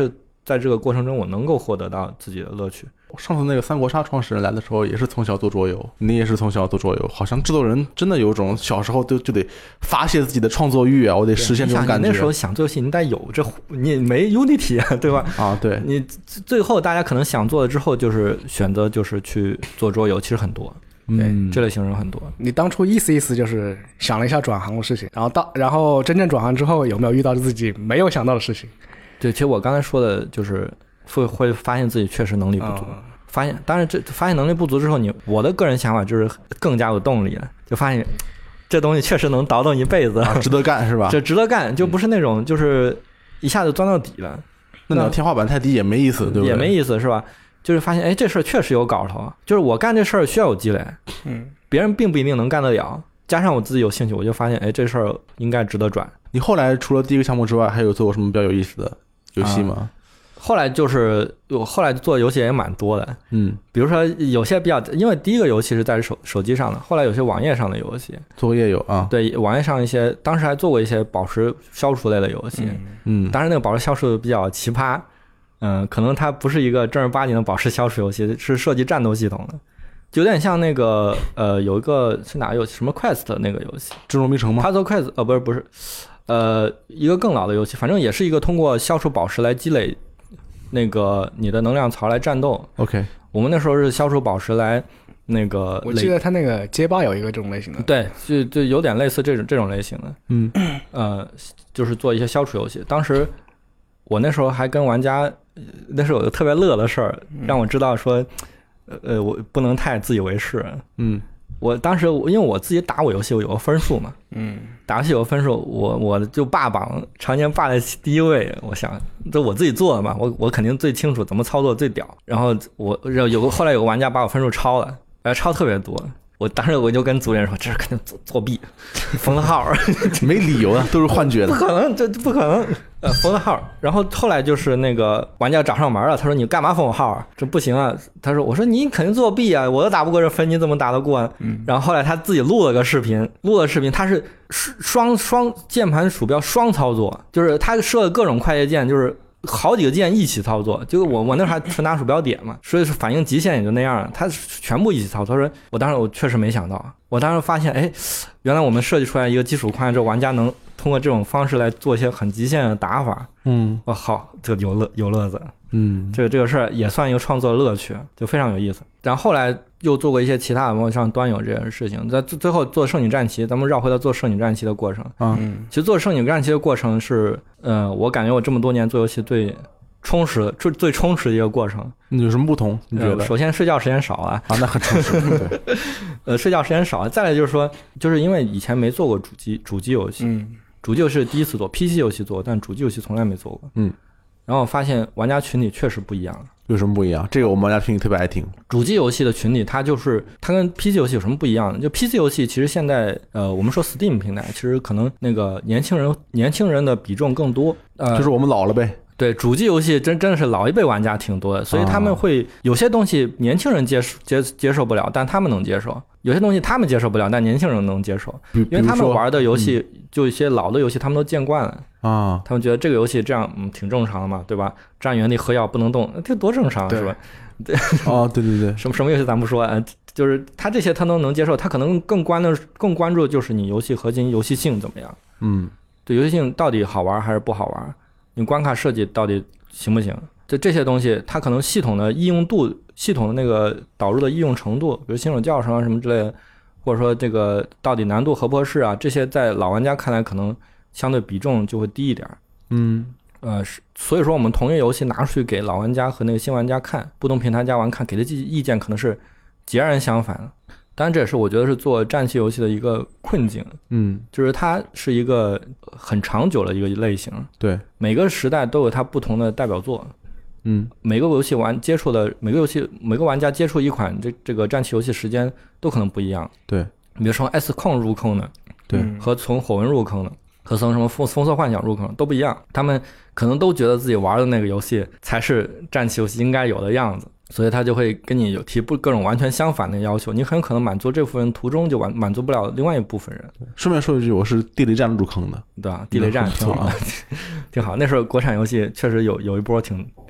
在这个过程中我能够获得到自己的乐趣。 上次那个三国杀创始人来的时候也是从小做桌游，你也是从小做桌游，好像制作人真的有种小时候就就得发泄自己的创作欲啊，我得实现这种感觉。 你那时候想做游戏你得有这，你没 Unity 啊，对吧？ 啊，对， 你最后大家可能想做了之后就是选择就是去做桌游，其实很多。 嗯， 这类型人很多。 你当初意思意思就是想了一下转行的事情，然后到然后真正转行之后有没有遇到自己没有想到的事情？ 对，其实我刚才说的就是会会发现自己确实能力不足，嗯、发现当然这发现能力不足之后，你我的个人想法就是更加有动力了，就发现这东西确实能倒腾一辈子， 啊、值得干是吧？ 这值得干，就不是那种就是一下子钻到底了。 那你要天花板太低也没意思，对不对？ 也没意思是吧？就是发现，哎，这事儿确实有搞头，就是我干这事儿需要有积累， 嗯， 别人并不一定能干得了，加上我自己有兴趣，我就发现，哎，这事儿应该值得转。 你后来除了第一个项目之外，还有做过什么比较有意思的游戏吗？ 啊、后来就是我后来做游戏也蛮多的， 嗯， 比如说有些比较，因为第一个游戏是在手手机上的，后来有些网页上的游戏， 做过页游啊， 对，网页上一些，当时还做过一些宝石消除类的游戏， 嗯， 当然那个宝石消除比较奇葩。嗯，可能它不是一个正儿八经的宝石消除游戏，是设计战斗系统的，就有点像那个呃，有一个是哪个游戏？什么 Quest 那个游戏？ 智龙迷城吗 ？Puzzle Quest 呃，不是不是，呃，一个更老的游戏，反正也是一个通过消除宝石来积累那个你的能量槽来战斗。 OK， 我们那时候是消除宝石来那个， 我记得他那个街霸有一个这种类型的， 对，就就有点类似这种这种类型的， 嗯， 呃，就是做一些消除游戏。当时我那时候还跟玩家。那是有个特别乐的事儿，让我知道说，呃，我不能太自以为是。 嗯， 我当时因为我自己打我游戏，我有个分数嘛， 嗯， 打游戏有个分数，我我就霸榜，常年霸在第一位。我想，这我自己做的嘛，我我肯定最清楚怎么操作最屌。然后我有个后来有个玩家把我分数抄了，哎，抄特别多。我当时我就跟组员说，这是肯定作作弊，封了号， 没理由的，都是幻觉的， 不可能，这不可能，呃，封了号。然后后来就是那个玩家找上门了，他说你干嘛封我号啊？这不行啊！他说我说你肯定作弊啊，我都打不过这分，你怎么打得过啊？ 嗯。 然后后来他自己录了个视频，录了视频，他是双双键盘鼠标双操作，就是他设了各种快捷键，就是好几个键一起操作，就是我我那时候还纯拿鼠标点嘛，所以说反应极限也就那样了，他全部一起操作。他说我当时我确实没想到，我当时发现，哎，原来我们设计出来一个基础框架之后，玩家能通过这种方式来做一些很极限的打法。 嗯， 哦，好，这个有乐有乐子。 嗯， 这个这个事儿也算一个创作乐趣，就非常有意思。然后后来又做过一些其他的，包括像端游这件事情。在最后做圣女战旗，咱们绕回到做圣女战旗的过程啊。 嗯， 其实做圣女战旗的过程是，呃，我感觉我这么多年做游戏最充实、最最充实的一个过程。 有什么不同？你觉得？ 呃、首先睡觉时间少了啊，那很充实。对， 呃，睡觉时间少了。再来就是说，就是因为以前没做过主机主机游戏， 嗯， 主机游戏是第一次做 ，P C 游戏做，但主机游戏从来没做过。 嗯。 然后我发现玩家群体确实不一样。 有什么不一样？这个我们玩家群体特别爱听。 主机游戏的群体，它就是它跟 P C 游戏有什么不一样的？就 P C 游戏其实现在呃，我们说 Steam 平台，其实可能那个年轻人年轻人的比重更多。呃， 就是我们老了呗。 对，主机游戏真真的是老一辈玩家挺多的，所以他们会有些东西年轻人接受接接受不了，但他们能接受；有些东西他们接受不了，但年轻人能接受，因为他们玩的游戏、嗯、就一些老的游戏，他们都见惯了啊， 他们觉得这个游戏这样嗯挺正常的嘛，对吧？站原地喝药不能动，这多正常是吧？ 对，哦，对对对， 什么什么游戏咱不说，呃，就是他这些他都能接受，他可能更关的更关注就是你游戏核心游戏性怎么样， 嗯， 对，游戏性到底好玩还是不好玩？你关卡设计到底行不行？这这些东西，它可能系统的应用度、系统的那个导入的应用程度，比如新手教程啊什么之类的，或者说这个到底难度合不合适啊，这些在老玩家看来可能相对比重就会低一点。 嗯， 呃，所以说我们同一个游戏拿出去给老玩家和那个新玩家看，不同平台家玩看，给的意见可能是截然相反的。当然，这也是我觉得是做战棋游戏的一个困境。 嗯， 就是它是一个很长久的一个类型。 对， 每个时代都有它不同的代表作。 嗯， 每个游戏玩接触的每个游戏每个玩家接触一款这这个战棋游戏时间都可能不一样。 对， 比如从 S 控入坑的， 对， 和从火纹入坑的，和从什么风风色幻想入坑都不一样。他们可能都觉得自己玩的那个游戏才是战棋游戏应该有的样子。所以他就会跟你有提不各种完全相反的要求，你很可能满足这部分人途中就完满足不了另外一部分人。 顺便说一句，我是地雷战入坑的， 对吧？地雷战挺好的，挺好。那时候国产游戏确实有有一波挺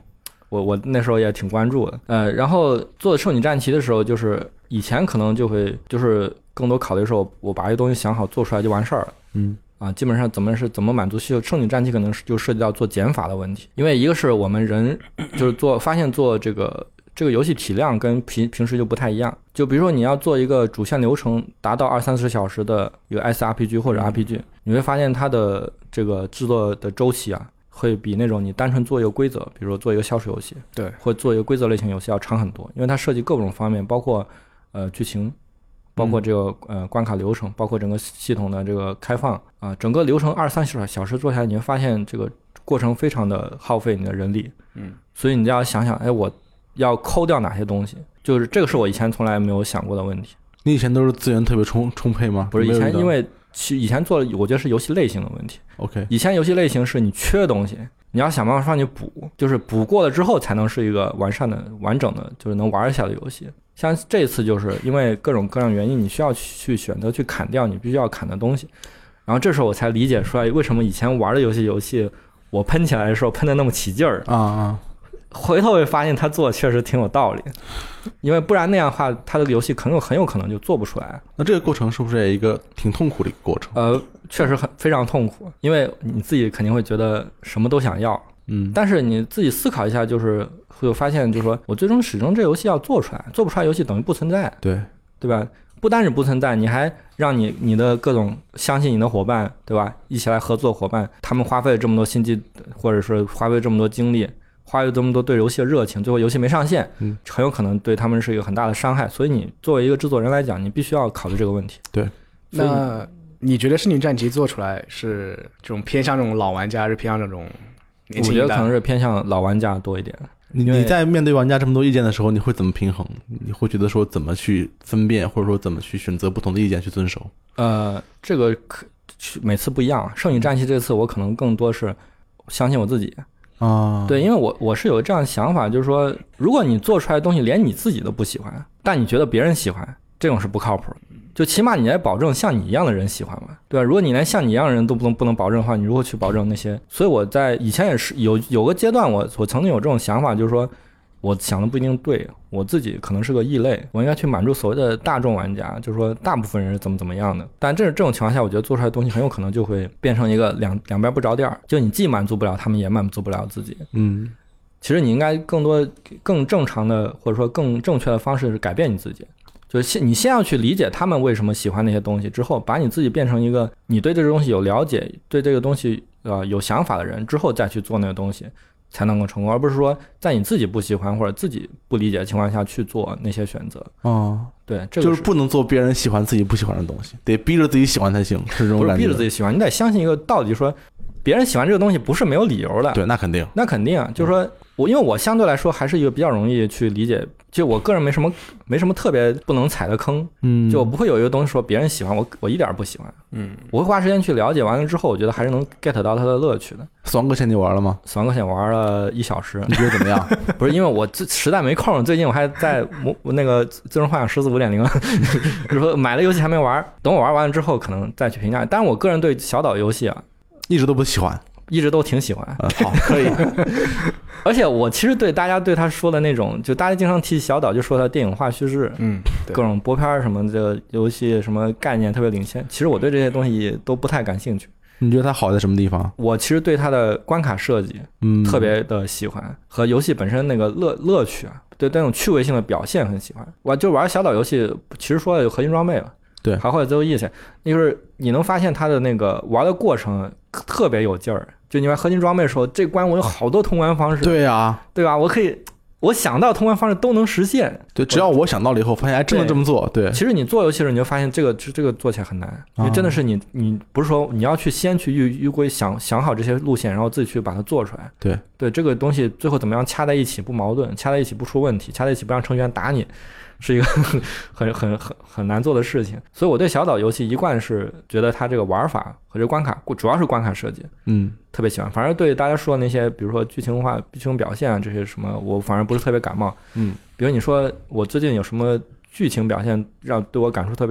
我我那时候也挺关注的。呃，然后做圣女战旗的时候，就是以前可能就会就是更多考虑说，我把这东西想好做出来就完事儿了。 嗯。 啊，基本上怎么是怎么满足需求？圣女战旗可能就涉及到做减法的问题，因为一个是我们人就是做发现做这个这个游戏体量跟平平时就不太一样。就比如说你要做一个主线流程达到二三十小时的一个 S R P G 或者 R P G， 你会发现它的这个制作的周期啊，会比那种你单纯做一个规则，比如说做一个消水游戏， 对， 或做一个规则类型游戏要长很多，因为它涉及各种方面，包括呃剧情。包括这个呃关卡流程，包括整个系统的这个开放啊，整个流程二三十小时做下来，你会发现这个过程非常的耗费你的人力， 嗯， 所以你就要想想，哎，我要抠掉哪些东西，就是这个是我以前从来没有想过的问题。 你以前都是资源特别充充沛吗？ 不是，以前因为其以前做的，我觉得是游戏类型的问题。 OK， 以前游戏类型是你缺东西，你要想办法让你补，就是补过了之后才能是一个完善的、完整的，就是能玩一下的游戏。像这次就是因为各种各样原因，你需要去选择去砍掉你必须要砍的东西，然后这时候我才理解出来为什么以前玩的游戏游戏我喷起来的时候喷的那么起劲儿啊啊！ 回头会发现他做的确实挺有道理，因为不然那样的话，他的游戏很有很有可能就做不出来。 那这个过程是不是也一个挺痛苦的一个过程？ 呃，确实很非常痛苦，因为你自己肯定会觉得什么都想要， 嗯， 但是你自己思考一下，就是会发现，就是说我最终始终这游戏要做出来，做不出来游戏等于不存在， 对对吧？不单是不存在，你还让你你的各种相信你的伙伴，对吧？一起来合作伙伴，他们花费了这么多心机，或者是花费这么多精力，花费这么多对游戏的热情，最后游戏没上线， 嗯， 很有可能对他们是一个很大的伤害。所以你作为一个制作人来讲，你必须要考虑这个问题。 对， 那你觉得《圣女战旗》做出来是这种偏向这种老玩家，还是偏向这种年轻一代？ 我觉得可能是偏向老玩家多一点。 你你在面对玩家这么多意见的时候，你会怎么平衡？你会觉得说怎么去分辨，或者说怎么去选择不同的意见去遵守？ 呃，这个可每次不一样。圣女战旗这次我可能更多是相信我自己啊， 对，因为我我是有这样的想法，就是说，如果你做出来的东西连你自己都不喜欢，但你觉得别人喜欢，这种是不靠谱的。就起码你来保证像你一样的人喜欢嘛，对吧？如果你连像你一样的人都不能不能保证的话，你如何去保证那些？所以我在以前也是有有个阶段我，我我曾经有这种想法，就是说，我想的不一定对，我自己可能是个异类，我应该去满足所谓的大众玩家，就是说大部分人是怎么怎么样的。但这这种情况下，我觉得做出来的东西很有可能就会变成一个两两边不着调，就你既满足不了他们，也满足不了自己。 嗯， 其实你应该更多更正常的或者说更正确的方式是改变你自己。就是先你先要去理解他们为什么喜欢那些东西，之后把你自己变成一个你对这个东西有了解，对这个东西呃有想法的人，之后再去做那个东西才能够成功，而不是说在你自己不喜欢或者自己不理解的情况下去做那些选择。 哦， 对，这个就是不能做别人喜欢自己不喜欢的东西，得逼着自己喜欢才行，是这种感觉。 不是逼着自己喜欢，你得相信一个道理，说别人喜欢这个东西不是没有理由的。 对，那肯定， 那肯定啊，就是说我因为我相对来说还是一个比较容易去理解，就我个人没什么没什么特别不能踩的坑， 嗯， 就我不会有一个东西说别人喜欢我，我一点不喜欢， 嗯， 我会花时间去了解，完了之后，我觉得还是能 get 到它的乐趣的。 死亡搁浅你玩了吗？ 死亡搁浅玩了一小时， 你觉得怎么样？ 不是因为我这实在没空，最近我还在模那个最终幻想十四五点零，就是说买了游戏还没玩，等我玩完了之后可能再去评价。但是我个人对小岛游戏啊， 一直都不喜欢。 一直都挺喜欢， 嗯，好，可以。 而且我其实对大家对他说的那种，就大家经常提小岛，就说他电影化叙事， 嗯， 各种播片什么的游戏什么概念特别领先。其实我对这些东西都不太感兴趣。 你觉得它好在什么地方？ 我其实对它的关卡设计，嗯，特别的喜欢，和游戏本身那个乐乐趣啊，对那种趣味性的表现很喜欢。我就玩小岛游戏，其实说有核心装备了。 对， 还会有最后意思，就是你能发现它的那个玩的过程特别有劲儿。就你玩合金装备的时候，这关我有好多通关方式。 对呀、啊， 对吧？我可以，我想到通关方式都能实现。 对，只要我想到了以后，发现还真的这么做。对， 其实你做游戏的时候，你就发现这个这个做起来很难，因为真的是你你不是说你要去先去预预规想想好这些路线，然后自己去把它做出来。 对对，这个东西最后怎么样掐在一起不矛盾，掐在一起不出问题，掐在一起不让程序员打你。是一个很很很很难做的事情，所以我对小岛游戏一贯是觉得它这个玩法和这关卡，主要是关卡设计， 嗯， 特别喜欢。反而对大家说的那些，比如说剧情化、剧情表现啊这些什么，我反而不是特别感冒。 嗯， 比如你说我最近有什么剧情表现让对我感触特别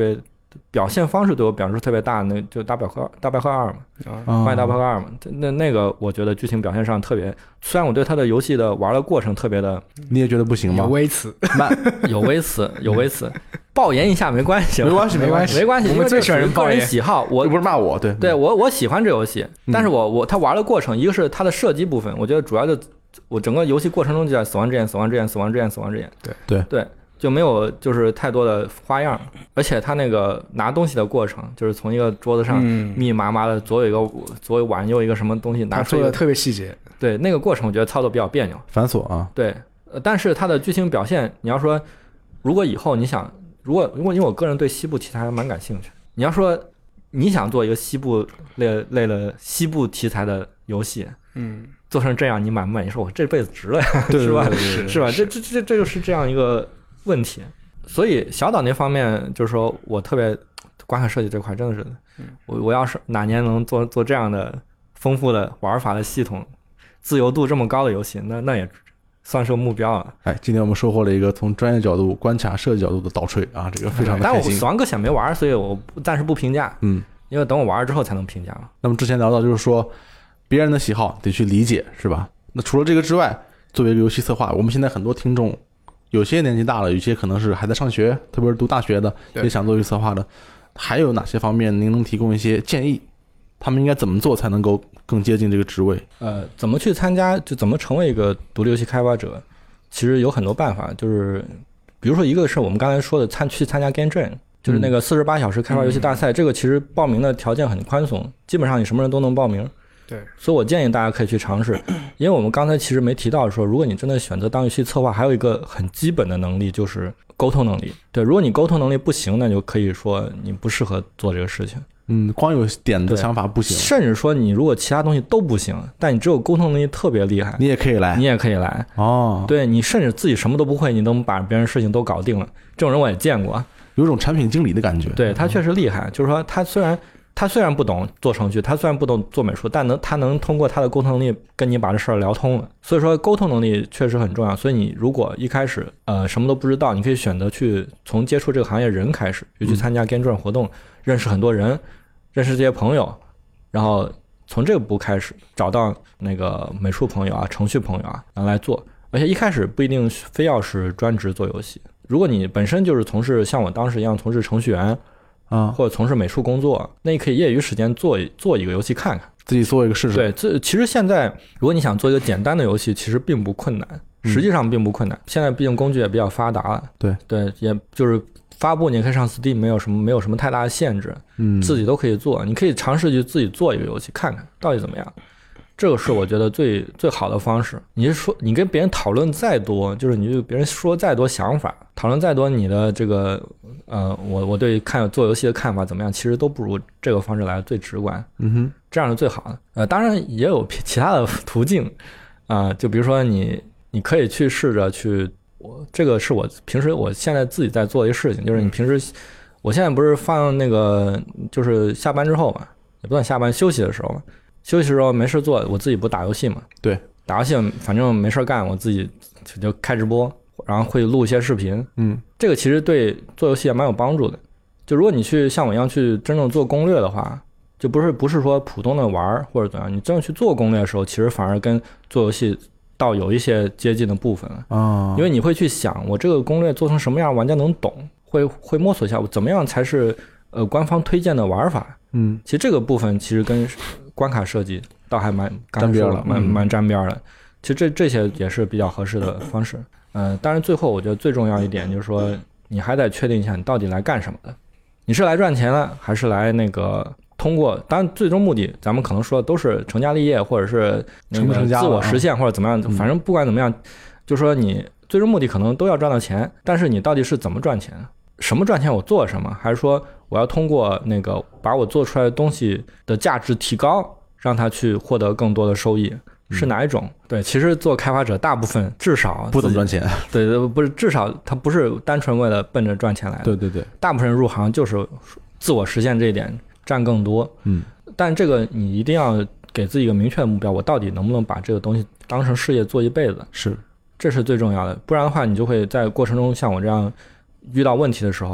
表现方式对我表示特别大，那就大镖客大镖客二嘛， 啊， 幻影大镖客二嘛，那那个我觉得剧情表现上特别，虽然我对他的游戏的玩的过程特别的， 你也觉得不行吗？ 有微词， 慢， 有微词，有微词，爆言一下没关系， 没关系，没关系， 没关系， 我们最喜欢人爆言， 喜好，我不是骂我，对对我我喜欢这游戏， 嗯、 但是我我他玩的过程，一个是他的射击部分，我觉得主要就我整个游戏过程中就在死亡之眼、死亡之眼、死亡之眼、死亡之眼， 对对对。就没有就是太多的花样，而且他那个拿东西的过程，就是从一个桌子上密密麻麻的左有一个左右挽右一个什么东西拿出来， 做的特别细节。 对，那个过程我觉得操作比较别扭， 繁琐啊。 对，但是它的剧情表现，你要说如果以后你想，如果如果因为我个人对西部题材还蛮感兴趣，你要说你想做一个西部类类的西部题材的游戏， 嗯， 做成这样你满不满意？你说我这辈子值了呀， 对是吧？ 是是吧？这这这这就是这样一个问题。所以小岛那方面就是说我特别关卡设计这块真的是，我我要是哪年能做做这样的丰富的玩法的系统，自由度这么高的游戏，那那也算是个目标啊。 哎，今天我们收获了一个从专业角度、关卡设计角度的倒锤啊，这个非常的开心。 但我死亡搁浅没玩，所以我暂时不评价。 嗯， 因为等我玩了之后才能评价了。 那么之前聊到就是说，别人的喜好得去理解，是吧？那除了这个之外，作为一个游戏策划，我们现在很多听众。有些年纪大了，有些可能是还在上学，特别是读大学的，也想做游戏策划的。还有哪些方面您能提供一些建议？他们应该怎么做才能够更接近这个职位？ 呃，怎么去参加，就怎么成为一个独立游戏开发者？其实有很多办法，就是比如说一个是我们刚才说的参去参加 Game Jam， 就是那个四十八小时开发游戏大赛，嗯、这个其实报名的条件很宽松，基本上你什么人都能报名。 对， 所以我建议大家可以去尝试，因为我们刚才其实没提到说，如果你真的选择当游戏策划，还有一个很基本的能力就是沟通能力。对，如果你沟通能力不行，那就可以说你不适合做这个事情。 嗯，光有点的想法不行， 甚至说你如果其他东西都不行，但你只有沟通能力特别厉害， 你也可以来， 你也可以来哦。 对，你甚至自己什么都不会，你能把别人事情都搞定了，这种人我也见过， 有种产品经理的感觉。 对，他确实厉害，就是说他虽然。他虽然不懂做程序，他虽然不懂做美术，但能他能通过他的沟通能力跟你把这事儿聊通了。所以说沟通能力确实很重要。所以你如果一开始呃什么都不知道，你可以选择去从接触这个行业人开始，就去参加 Game Jam 活动，认识很多人，认识这些朋友，然后从这个步开始找到那个美术朋友啊、程序朋友啊，然后来做。而且一开始不一定非要是专职做游戏，如果你本身就是从事像我当时一样从事程序员。 啊， 或者从事美术工作，那你可以业余时间做做一个游戏看看， 自己做一个试试。 对，这其实现在如果你想做一个简单的游戏，其实并不困难，实际上并不困难。嗯、现在毕竟工具也比较发达了， 对对，也就是发布你也可以上 Steam， 没有什么没有什么太大的限制， 嗯， 自己都可以做。你可以尝试去自己做一个游戏看看到底怎么样。这个是我觉得最最好的方式。你是说你跟别人讨论再多，就是你对别人说再多想法，讨论再多你的这个呃，我我对看做游戏的看法怎么样，其实都不如这个方式来的最直观。 嗯哼， 这样是最好的。呃，当然也有其他的途径啊、呃，就比如说你你可以去试着去，我这个是我平时我现在自己在做的一个事情，就是你平时我现在不是放那个就是下班之后嘛，也不算下班休息的时候嘛。休息的时候没事做，我自己不打游戏嘛？ 对， 打游戏反正没事干，我自己就开直播，然后会录一些视频。 嗯， 这个其实对做游戏也蛮有帮助的。就如果你去像我一样去真正做攻略的话，就不是不是说普通的玩或者怎样，你真正去做攻略的时候，其实反而跟做游戏倒有一些接近的部分了啊、 哦。 因为你会去想，我这个攻略做成什么样，玩家能懂，会会摸索一下，我怎么样才是呃官方推荐的玩法。 嗯， 其实这个部分其实跟关卡设计倒还蛮沾边了， 蛮蛮沾边的。其实这这些也是比较合适的方式。嗯、呃，当然最后我觉得最重要一点就是说，你还得确定一下你到底来干什么的。你是来赚钱的，还是来那个通过？当然最终目的咱们可能说的都是成家立业，或者是那个自我实现，或者怎么样。反正不管怎么样，就是说你最终目的可能都要赚到钱，但是你到底是怎么赚钱？什么赚钱我做什么，还是说我要通过那个把我做出来的东西的价值提高，让他去获得更多的收益，是哪一种？嗯、对，其实做开发者大部分至少不怎么赚钱， 对，不是至少他不是单纯为了奔着赚钱来的， 对对对， 大部分人入行就是自我实现这一点占更多， 嗯， 但这个你一定要给自己一个明确的目标，我到底能不能把这个东西当成事业做一辈子？ 是， 这是最重要的，不然的话你就会在过程中像我这样。遇到问题的时候啊，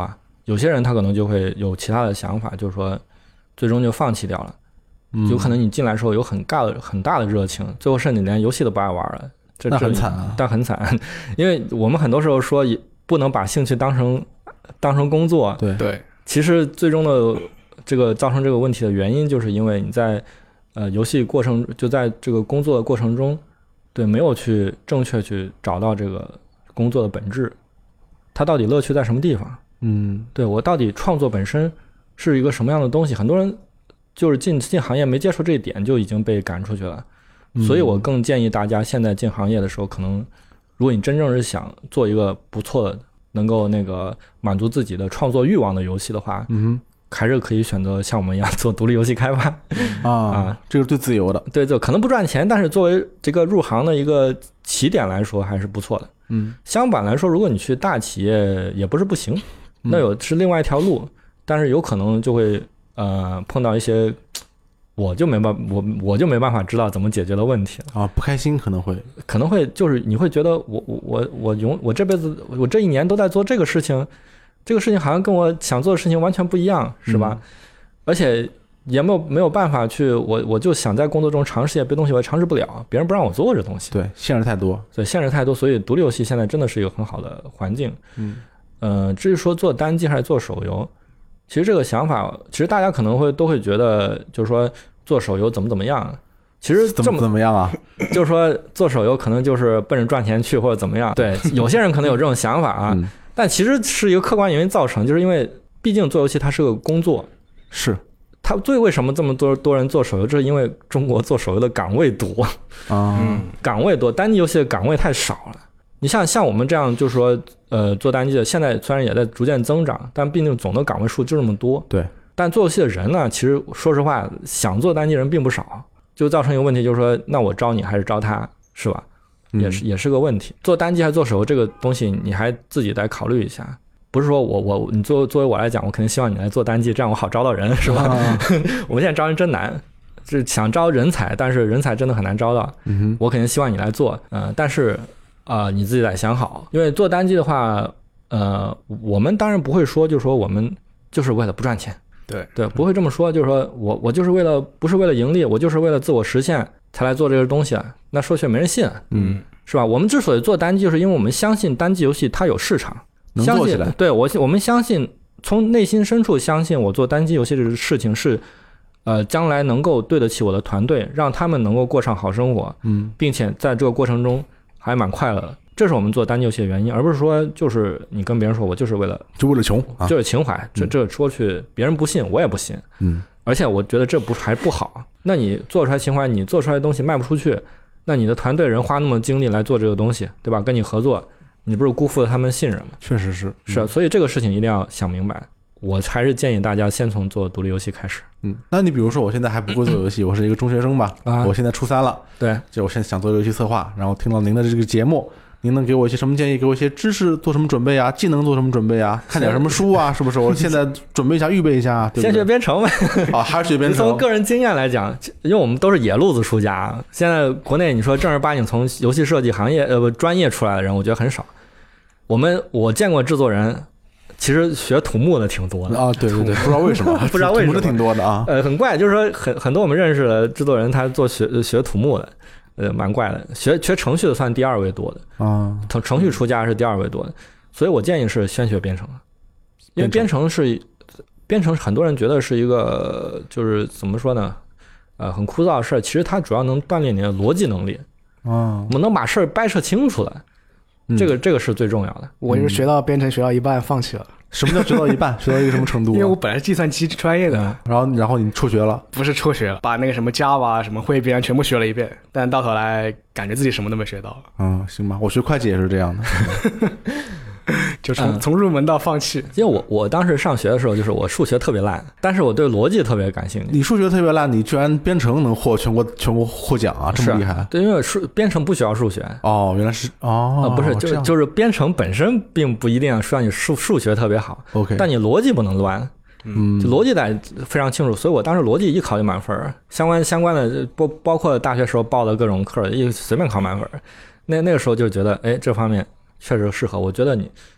有些人他可能就会有其他的想法，就是说最终就放弃掉了。 嗯， 有可能你进来的时候有很大的很大的热情，最后甚至连游戏都不爱玩了，这那很惨啊！ 但很惨，因为我们很多时候说不能把兴趣当成当成工作。 对对， 其实最终的这个造成这个问题的原因，就是因为你在呃游戏过程就在这个工作的过程中，对，没有去正确去找到这个工作的本质，它到底乐趣在什么地方？ 嗯， 对，我到底创作本身是一个什么样的东西？很多人就是进进行业没接触这一点就已经被赶出去了，所以我更建议大家现在进行业的时候，可能如果你真正是想做一个不错的能够那个满足自己的创作欲望的游戏的话， 嗯还是可以选择像我们一样做独立游戏开发啊啊，这个是最自由的。 对，就可能不赚钱，但是作为这个入行的一个起点来说还是不错的。 嗯， 相反来说，如果你去大企业也不是不行，那有是另外一条路，但是有可能就会呃碰到一些我就没办我我就没办法知道怎么解决的问题了啊，不开心可能会可能会就是你会觉得我我我我永我这辈子我这一年都在做这个事情，这个事情好像跟我想做的事情完全不一样，是吧？嗯、而且也没有没有办法去我我就想在工作中尝试一些别的东西，我也尝试不了，别人不让我做这东西， 对，限制太多， 对，限制太多，所以独立游戏现在真的是一个很好的环境。 嗯， 呃，至于说做单机还是做手游，其实这个想法，其实大家可能会都会觉得，就是说做手游怎么怎么样。其实这么怎么怎么样啊？ 就是说做手游可能就是奔着赚钱去或者怎么样。对，有些人可能有这种想法啊， 嗯、 但其实是一个客观原因造成，就是因为毕竟做游戏它是个工作， 是它最为什么这么多多人做手游，这是因为中国做手游的岗位多啊、 嗯，岗位多，单机游戏的岗位太少了。你像像我们这样，就是说，呃，做单机的，现在虽然也在逐渐增长，但毕竟总的岗位数就这么多。 对。 但做游戏的人呢，其实说实话，想做单机人并不少，就造成一个问题，就是说，那我招你还是招他，是吧？也是也是个问题。做单机还是做手游这个东西，你还自己得考虑一下。不是说我我你作作为我来讲，我肯定希望你来做单机，这样我好招到人，是吧？啊、我们现在招人真难。是想招人才，但是人才真的很难招到。 嗯哼， 我肯定希望你来做，嗯、呃，但是啊、呃，你自己得想好，因为做单机的话，呃，我们当然不会说，就是说我们就是为了不赚钱， 对对，不会这么说，就是说我我就是为了不是为了盈利，我就是为了自我实现才来做这个东西啊，那说去没人信， 嗯， 是吧？我们之所以做单机，就是因为我们相信单机游戏它有市场， 能做起来， 对我我们相信，从内心深处相信我做单机游戏这个事情是。呃，将来能够对得起我的团队，让他们能够过上好生活， 嗯， 并且在这个过程中还蛮快乐的，这是我们做单机游戏的原因，而不是说就是你跟别人说我就是为了就为了穷， 啊、就是情怀，这这说去别人不信，我也不信， 嗯， 而且我觉得这不还不好。那你做出来情怀，你做出来的东西卖不出去，那你的团队人花那么精力来做这个东西，对吧？跟你合作，你不是辜负了他们信任吗？ 确实是， 是、啊，所以这个事情一定要想明白。我还是建议大家先从做独立游戏开始。 嗯，那你比如说我现在还不会做游戏，我是一个中学生吧， 啊， 我现在初三了， 对， 就我现在想做游戏策划，然后听到您的这个节目，您能给我一些什么建议？给我一些知识做什么准备啊？技能做什么准备啊？看点什么书啊？是不是？我现在准备一下，预备一下，对不对？ 先学编程呗。 啊，还是学编程。 从个人经验来讲，因为我们都是野路子出家，现在国内你说正儿八经从游戏设计行业呃不专业出来的人，我觉得很少。我们我见过制作人。其实学土木的挺多的啊，对对对，不知道为什么， 不知道为什么， 土木的挺多的啊。 呃，很怪，就是说很很多我们认识的制作人，他做学学土木的，呃，蛮怪的。学学程序的算第二位多的啊， 程程序出家是第二位多的。所以我建议是先学编程，因为编程是编程，很多人觉得是一个就是怎么说呢，呃，很枯燥的事儿。其实它主要能锻炼你的逻辑能力啊， 我们能把事儿掰扯清楚了。这个这个是最重要的。 我是学到编程学到一半放弃了。 什么叫学到一半？学到一个什么程度、啊？ 因为我本来是计算机专业的， 然后然后你辍学了？ 不是辍学了，把那个什么 Java 什么汇编全部学了一遍，但到头来感觉自己什么都没学到。 嗯，行吧，我学会计也是这样的， 就从、嗯、从入门到放弃。 因为我我当时上学的时候，就是我数学特别烂，但是我对逻辑特别感兴趣。 你数学特别烂，你居然编程能获全国全国获奖啊，这么厉害？ 对，因为数编程不需要数学。 哦，原来是哦、 呃，不是，就就是编程本身并不一定需要你数数学特别好。 OK， 但你逻辑不能乱。 嗯， 就逻辑得非常清楚，所以我当时逻辑一考就满分，相关相关的包包括大学时候报的各种课，一随便考满分。那那个时候就觉得，哎，这方面确实适合。我觉得你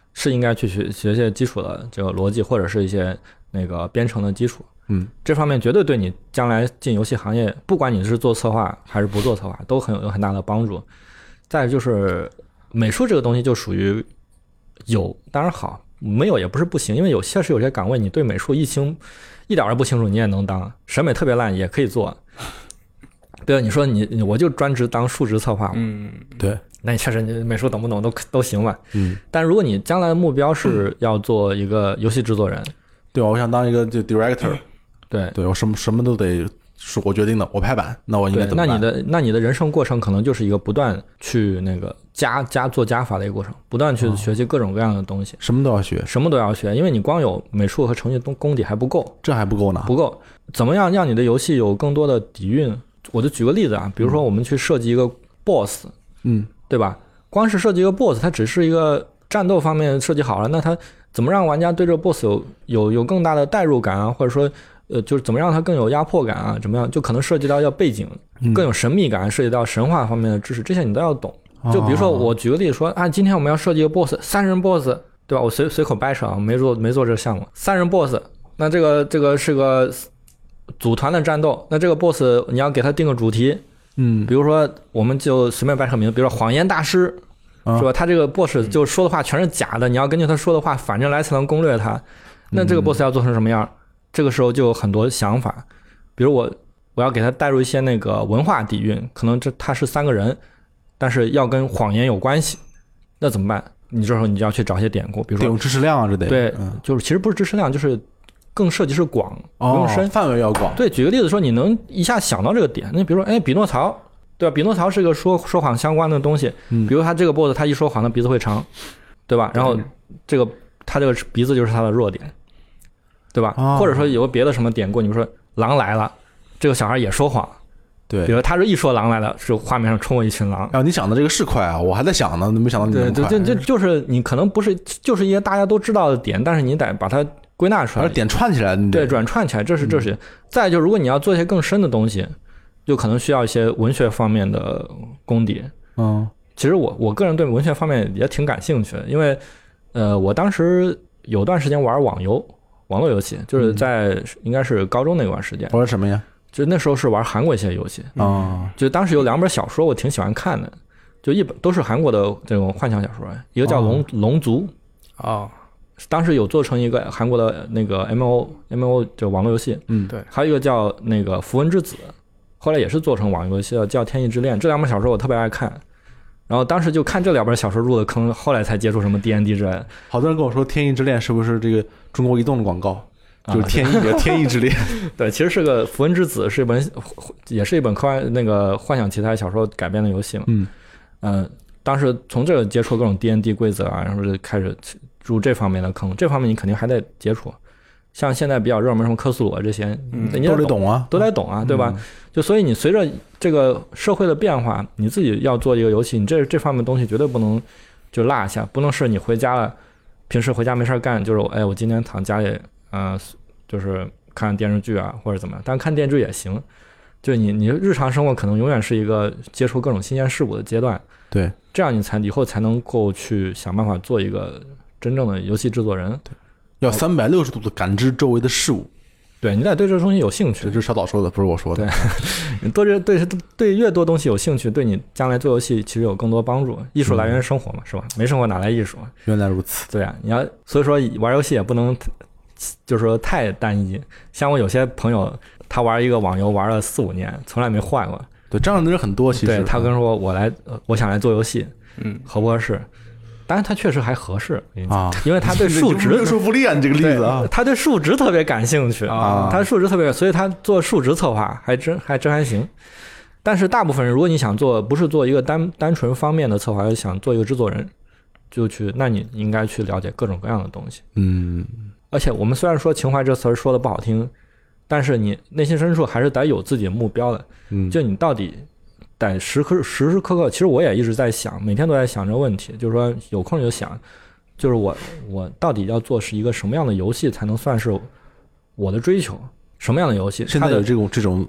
是应该去学学些基础的这个逻辑，或者是一些那个编程的基础。 嗯， 这方面绝对对你将来进游戏行业，不管你是做策划还是不做策划，都很有很大的帮助。再就是美术这个东西就属于有当然好，没有也不是不行，因为有确实有些岗位你对美术一清一点儿不清楚你也能当，审美特别烂也可以做。对啊，你说你我就专职当数值策划， 嗯， 对， 那你确实你美术懂不懂都都行嘛。 嗯， 但如果你将来的目标是要做一个游戏制作人， 对吧？我想当一个就 director， 对对我什么什么都得是我决定的，我拍板，那我应该怎么办？ 那你的那你的人生过程可能就是一个不断去那个加加做加法的一个过程，不断去学习各种各样的东西， 什么都要学， 什么都要学，因为你光有美术和程序功底还不够， 这还不够呢， 不够。怎么样让你的游戏有更多的底蕴？我就举个例子啊，比如说我们去设计一个 boss， 嗯， 对吧？光是设计一个 boss， 它只是一个战斗方面设计好了，那它怎么让玩家对这个 boss 有有有更大的代入感啊，或者说呃，就是怎么让它更有压迫感啊？怎么样？就可能涉及到要背景更有神秘感，涉及到神话方面的知识，这些你都要懂。就比如说，我举个例子说啊，今天我们要设计一个 boss， 三人 boss， 对吧？我随随口掰扯啊，没做没做这个项目，三人 boss， 那这个这个是个组团的战斗，那这个 boss 你要给他定个主题， 嗯， 比如说我们就随便掰扯名，比如说谎言大师，是吧？他这个 boss 就说的话全是假的，你要根据他说的话反着来才能攻略他。那这个 boss 要做成什么样？这个时候就有很多想法，比如我我要给他带入一些那个文化底蕴，可能这他是三个人，但是要跟谎言有关系，那怎么办？你这时候你就要去找一些典故，比如说得用知识量啊，这得对， 嗯、 就是其实不是知识量，就是更设计是广，不用深， 哦、范围要广。 对，举个例子说，你能一下想到这个点，那比如说，哎，匹诺曹，对吧？匹诺曹是个说说谎相关的东西， 嗯， 比如他这个 boss 他一说谎，他鼻子会长，对吧？然后这个他这个鼻子就是他的弱点。对吧、哦？或者说有个别的什么典故，你比如说狼来了，这个小孩也说谎， 对， 比如他是一说狼来了，是画面上冲过一群狼。 啊，你讲的这个是快啊，我还在想呢，没想到你对对对，就就是你可能不是就是一些大家都知道的点，但是你得把它归纳出来， 点串起来， 对，转串起来，这是这是。嗯、再就如果你要做一些更深的东西，就可能需要一些文学方面的功底。 嗯， 其实我我个人对文学方面也挺感兴趣的，因为呃，我当时有段时间玩网游。网络游戏就是在应该是高中那段时间， 玩什么呀？ 就那时候是玩韩国一些游戏啊、哦， 就当时有两本小说我挺喜欢看的，就一本都是韩国的这种幻想小说，一个叫龙、哦、龙族哦， 当时有做成一个韩国的那个 M O M O 就网络游戏， 嗯， 对， 还有一个叫那个符文之子，后来也是做成网游游戏叫天意之恋，这两本小说我特别爱看。然后当时就看这两本小说入的坑，后来才接触什么 D N D 之类的。 好多人跟我说《天意之恋》是不是这个中国移动的广告？就是天意的《天意之恋》。 对，其实是个《符文之子》，是一本也是一本科幻那个幻想题材小说改编的游戏嘛。 嗯嗯、呃，当时从这个接触各种 D N D 规则啊，然后就开始入这方面的坑。这方面你肯定还得接触。像现在比较热门什么科苏鲁啊这些， 嗯， 你都得懂啊， 都得懂啊，对吧？嗯、就所以你随着这个社会的变化，你自己要做一个游戏，你这这方面的东西绝对不能就落下，不能是你回家了，平时回家没事干，就是哎，我今天躺家里，嗯、呃，就是看电视剧啊或者怎么样，但看电视剧也行。就你你日常生活可能永远是一个接触各种新鲜事物的阶段， 对， 这样你才以后才能够去想办法做一个真正的游戏制作人。 对。要三百六十度的感知周围的事物， 对，你得对这个东西有兴趣。 这是小岛说的，不是我说的。 对，你多对对对越多东西有兴趣，对你将来做游戏其实有更多帮助。艺术来源于生活嘛，嗯、是吧？没生活哪来艺术？ 原来如此。 对啊，你要所以说玩游戏也不能就是说太单一。像我有些朋友，他玩一个网游玩了四五年，从来没换过。 对，这样的人很多。其实对他跟说我来，我想来做游戏， 嗯， 合不合适？当然，他确实还合适啊，因为他对数值约束不利啊，你这个例子啊， 他对数值特别感兴趣啊， 他数值特别，所以他做数值策划还真还真还行。但是大部分人，如果你想做，不是做一个单单纯方面的策划，而想做一个制作人，就去，那你应该去了解各种各样的东西。 嗯， 而且我们虽然说情怀这词儿说的不好听，但是你内心深处还是得有自己的目标的。 嗯， 就你到底。得时刻时时刻刻，其实我也一直在想，每天都在想这个问题，就是说有空就想，就是我我到底要做是一个什么样的游戏才能算是我的追求？什么样的游戏？ 现在有这种这种比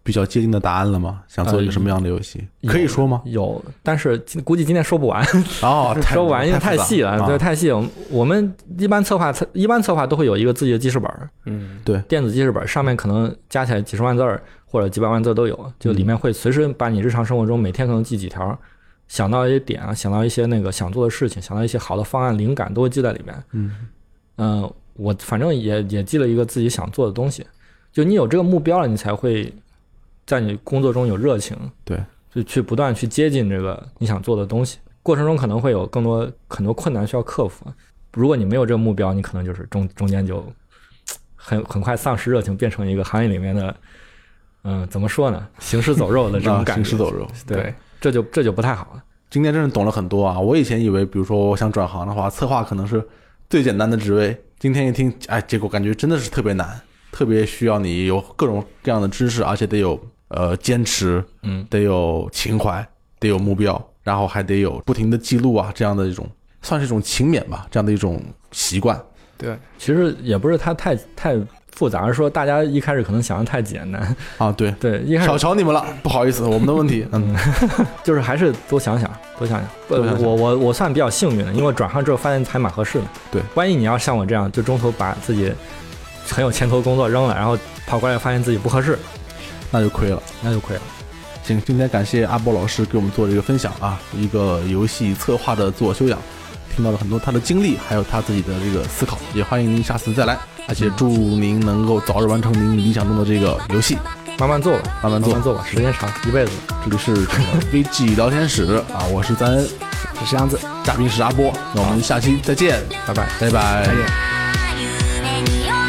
比较接近的答案了吗？想做一个什么样的游戏？呃、可以说吗？ 有，但是估计今天说不完。 哦， 说不完，因为太细了，对，太细了。我们一般策划，一般策划都会有一个自己的记事本， 嗯， 对， 电子记事本上面可能加起来几十万字儿或者几百万字都有，就里面会随时把你日常生活中每天可能记几条，想到一些点啊，想到一些那个想做的事情，想到一些好的方案、灵感都会记在里面。 嗯嗯、呃，我反正也也记了一个自己想做的东西。就你有这个目标了，你才会在你工作中有热情， 对， 就去不断去接近这个你想做的东西。过程中可能会有更多很多困难需要克服。如果你没有这个目标，你可能就是中中间就很很快丧失热情，变成一个行业里面的，嗯，怎么说呢，行尸走肉的这种感觉。 行尸走肉， 对， 对， 这就这就不太好了。 今天真是懂了很多啊！我以前以为，比如说我想转行的话，策划可能是最简单的职位。今天一听，哎，结果感觉真的是特别难。特别需要你有各种各样的知识，而且得有呃坚持， 嗯， 得有情怀，得有目标，然后还得有不停的记录啊，这样的一种算是一种勤勉吧，这样的一种习惯。 对， 其实也不是它太太复杂，而是说大家一开始可能想的太简单啊。对对，一开始小瞧你们了，不好意思，我们的问题，嗯， 就是还是多想想，多想想。 多想想我我我算比较幸运的，因为我转行之后发现还蛮合适的。 对， 万一你要像我这样，就中途把自己很有前途的工作扔了，然后跑过来发现自己不合适， 那就亏了， 那就亏了。 行，今天感谢阿波老师给我们做这个分享啊，一个游戏策划的自我修养，听到了很多他的经历，还有他自己的这个思考，也欢迎您下次再来，而且祝您能够早日完成您理想中的这个游戏。 慢慢做吧， 慢慢做， 慢慢做吧，时间长，一辈子。 这里是这个 V G 聊天室啊，我是赞恩， 我是杨子， 嘉宾是阿波，那我们下期再见， 拜拜， 拜拜， 再见。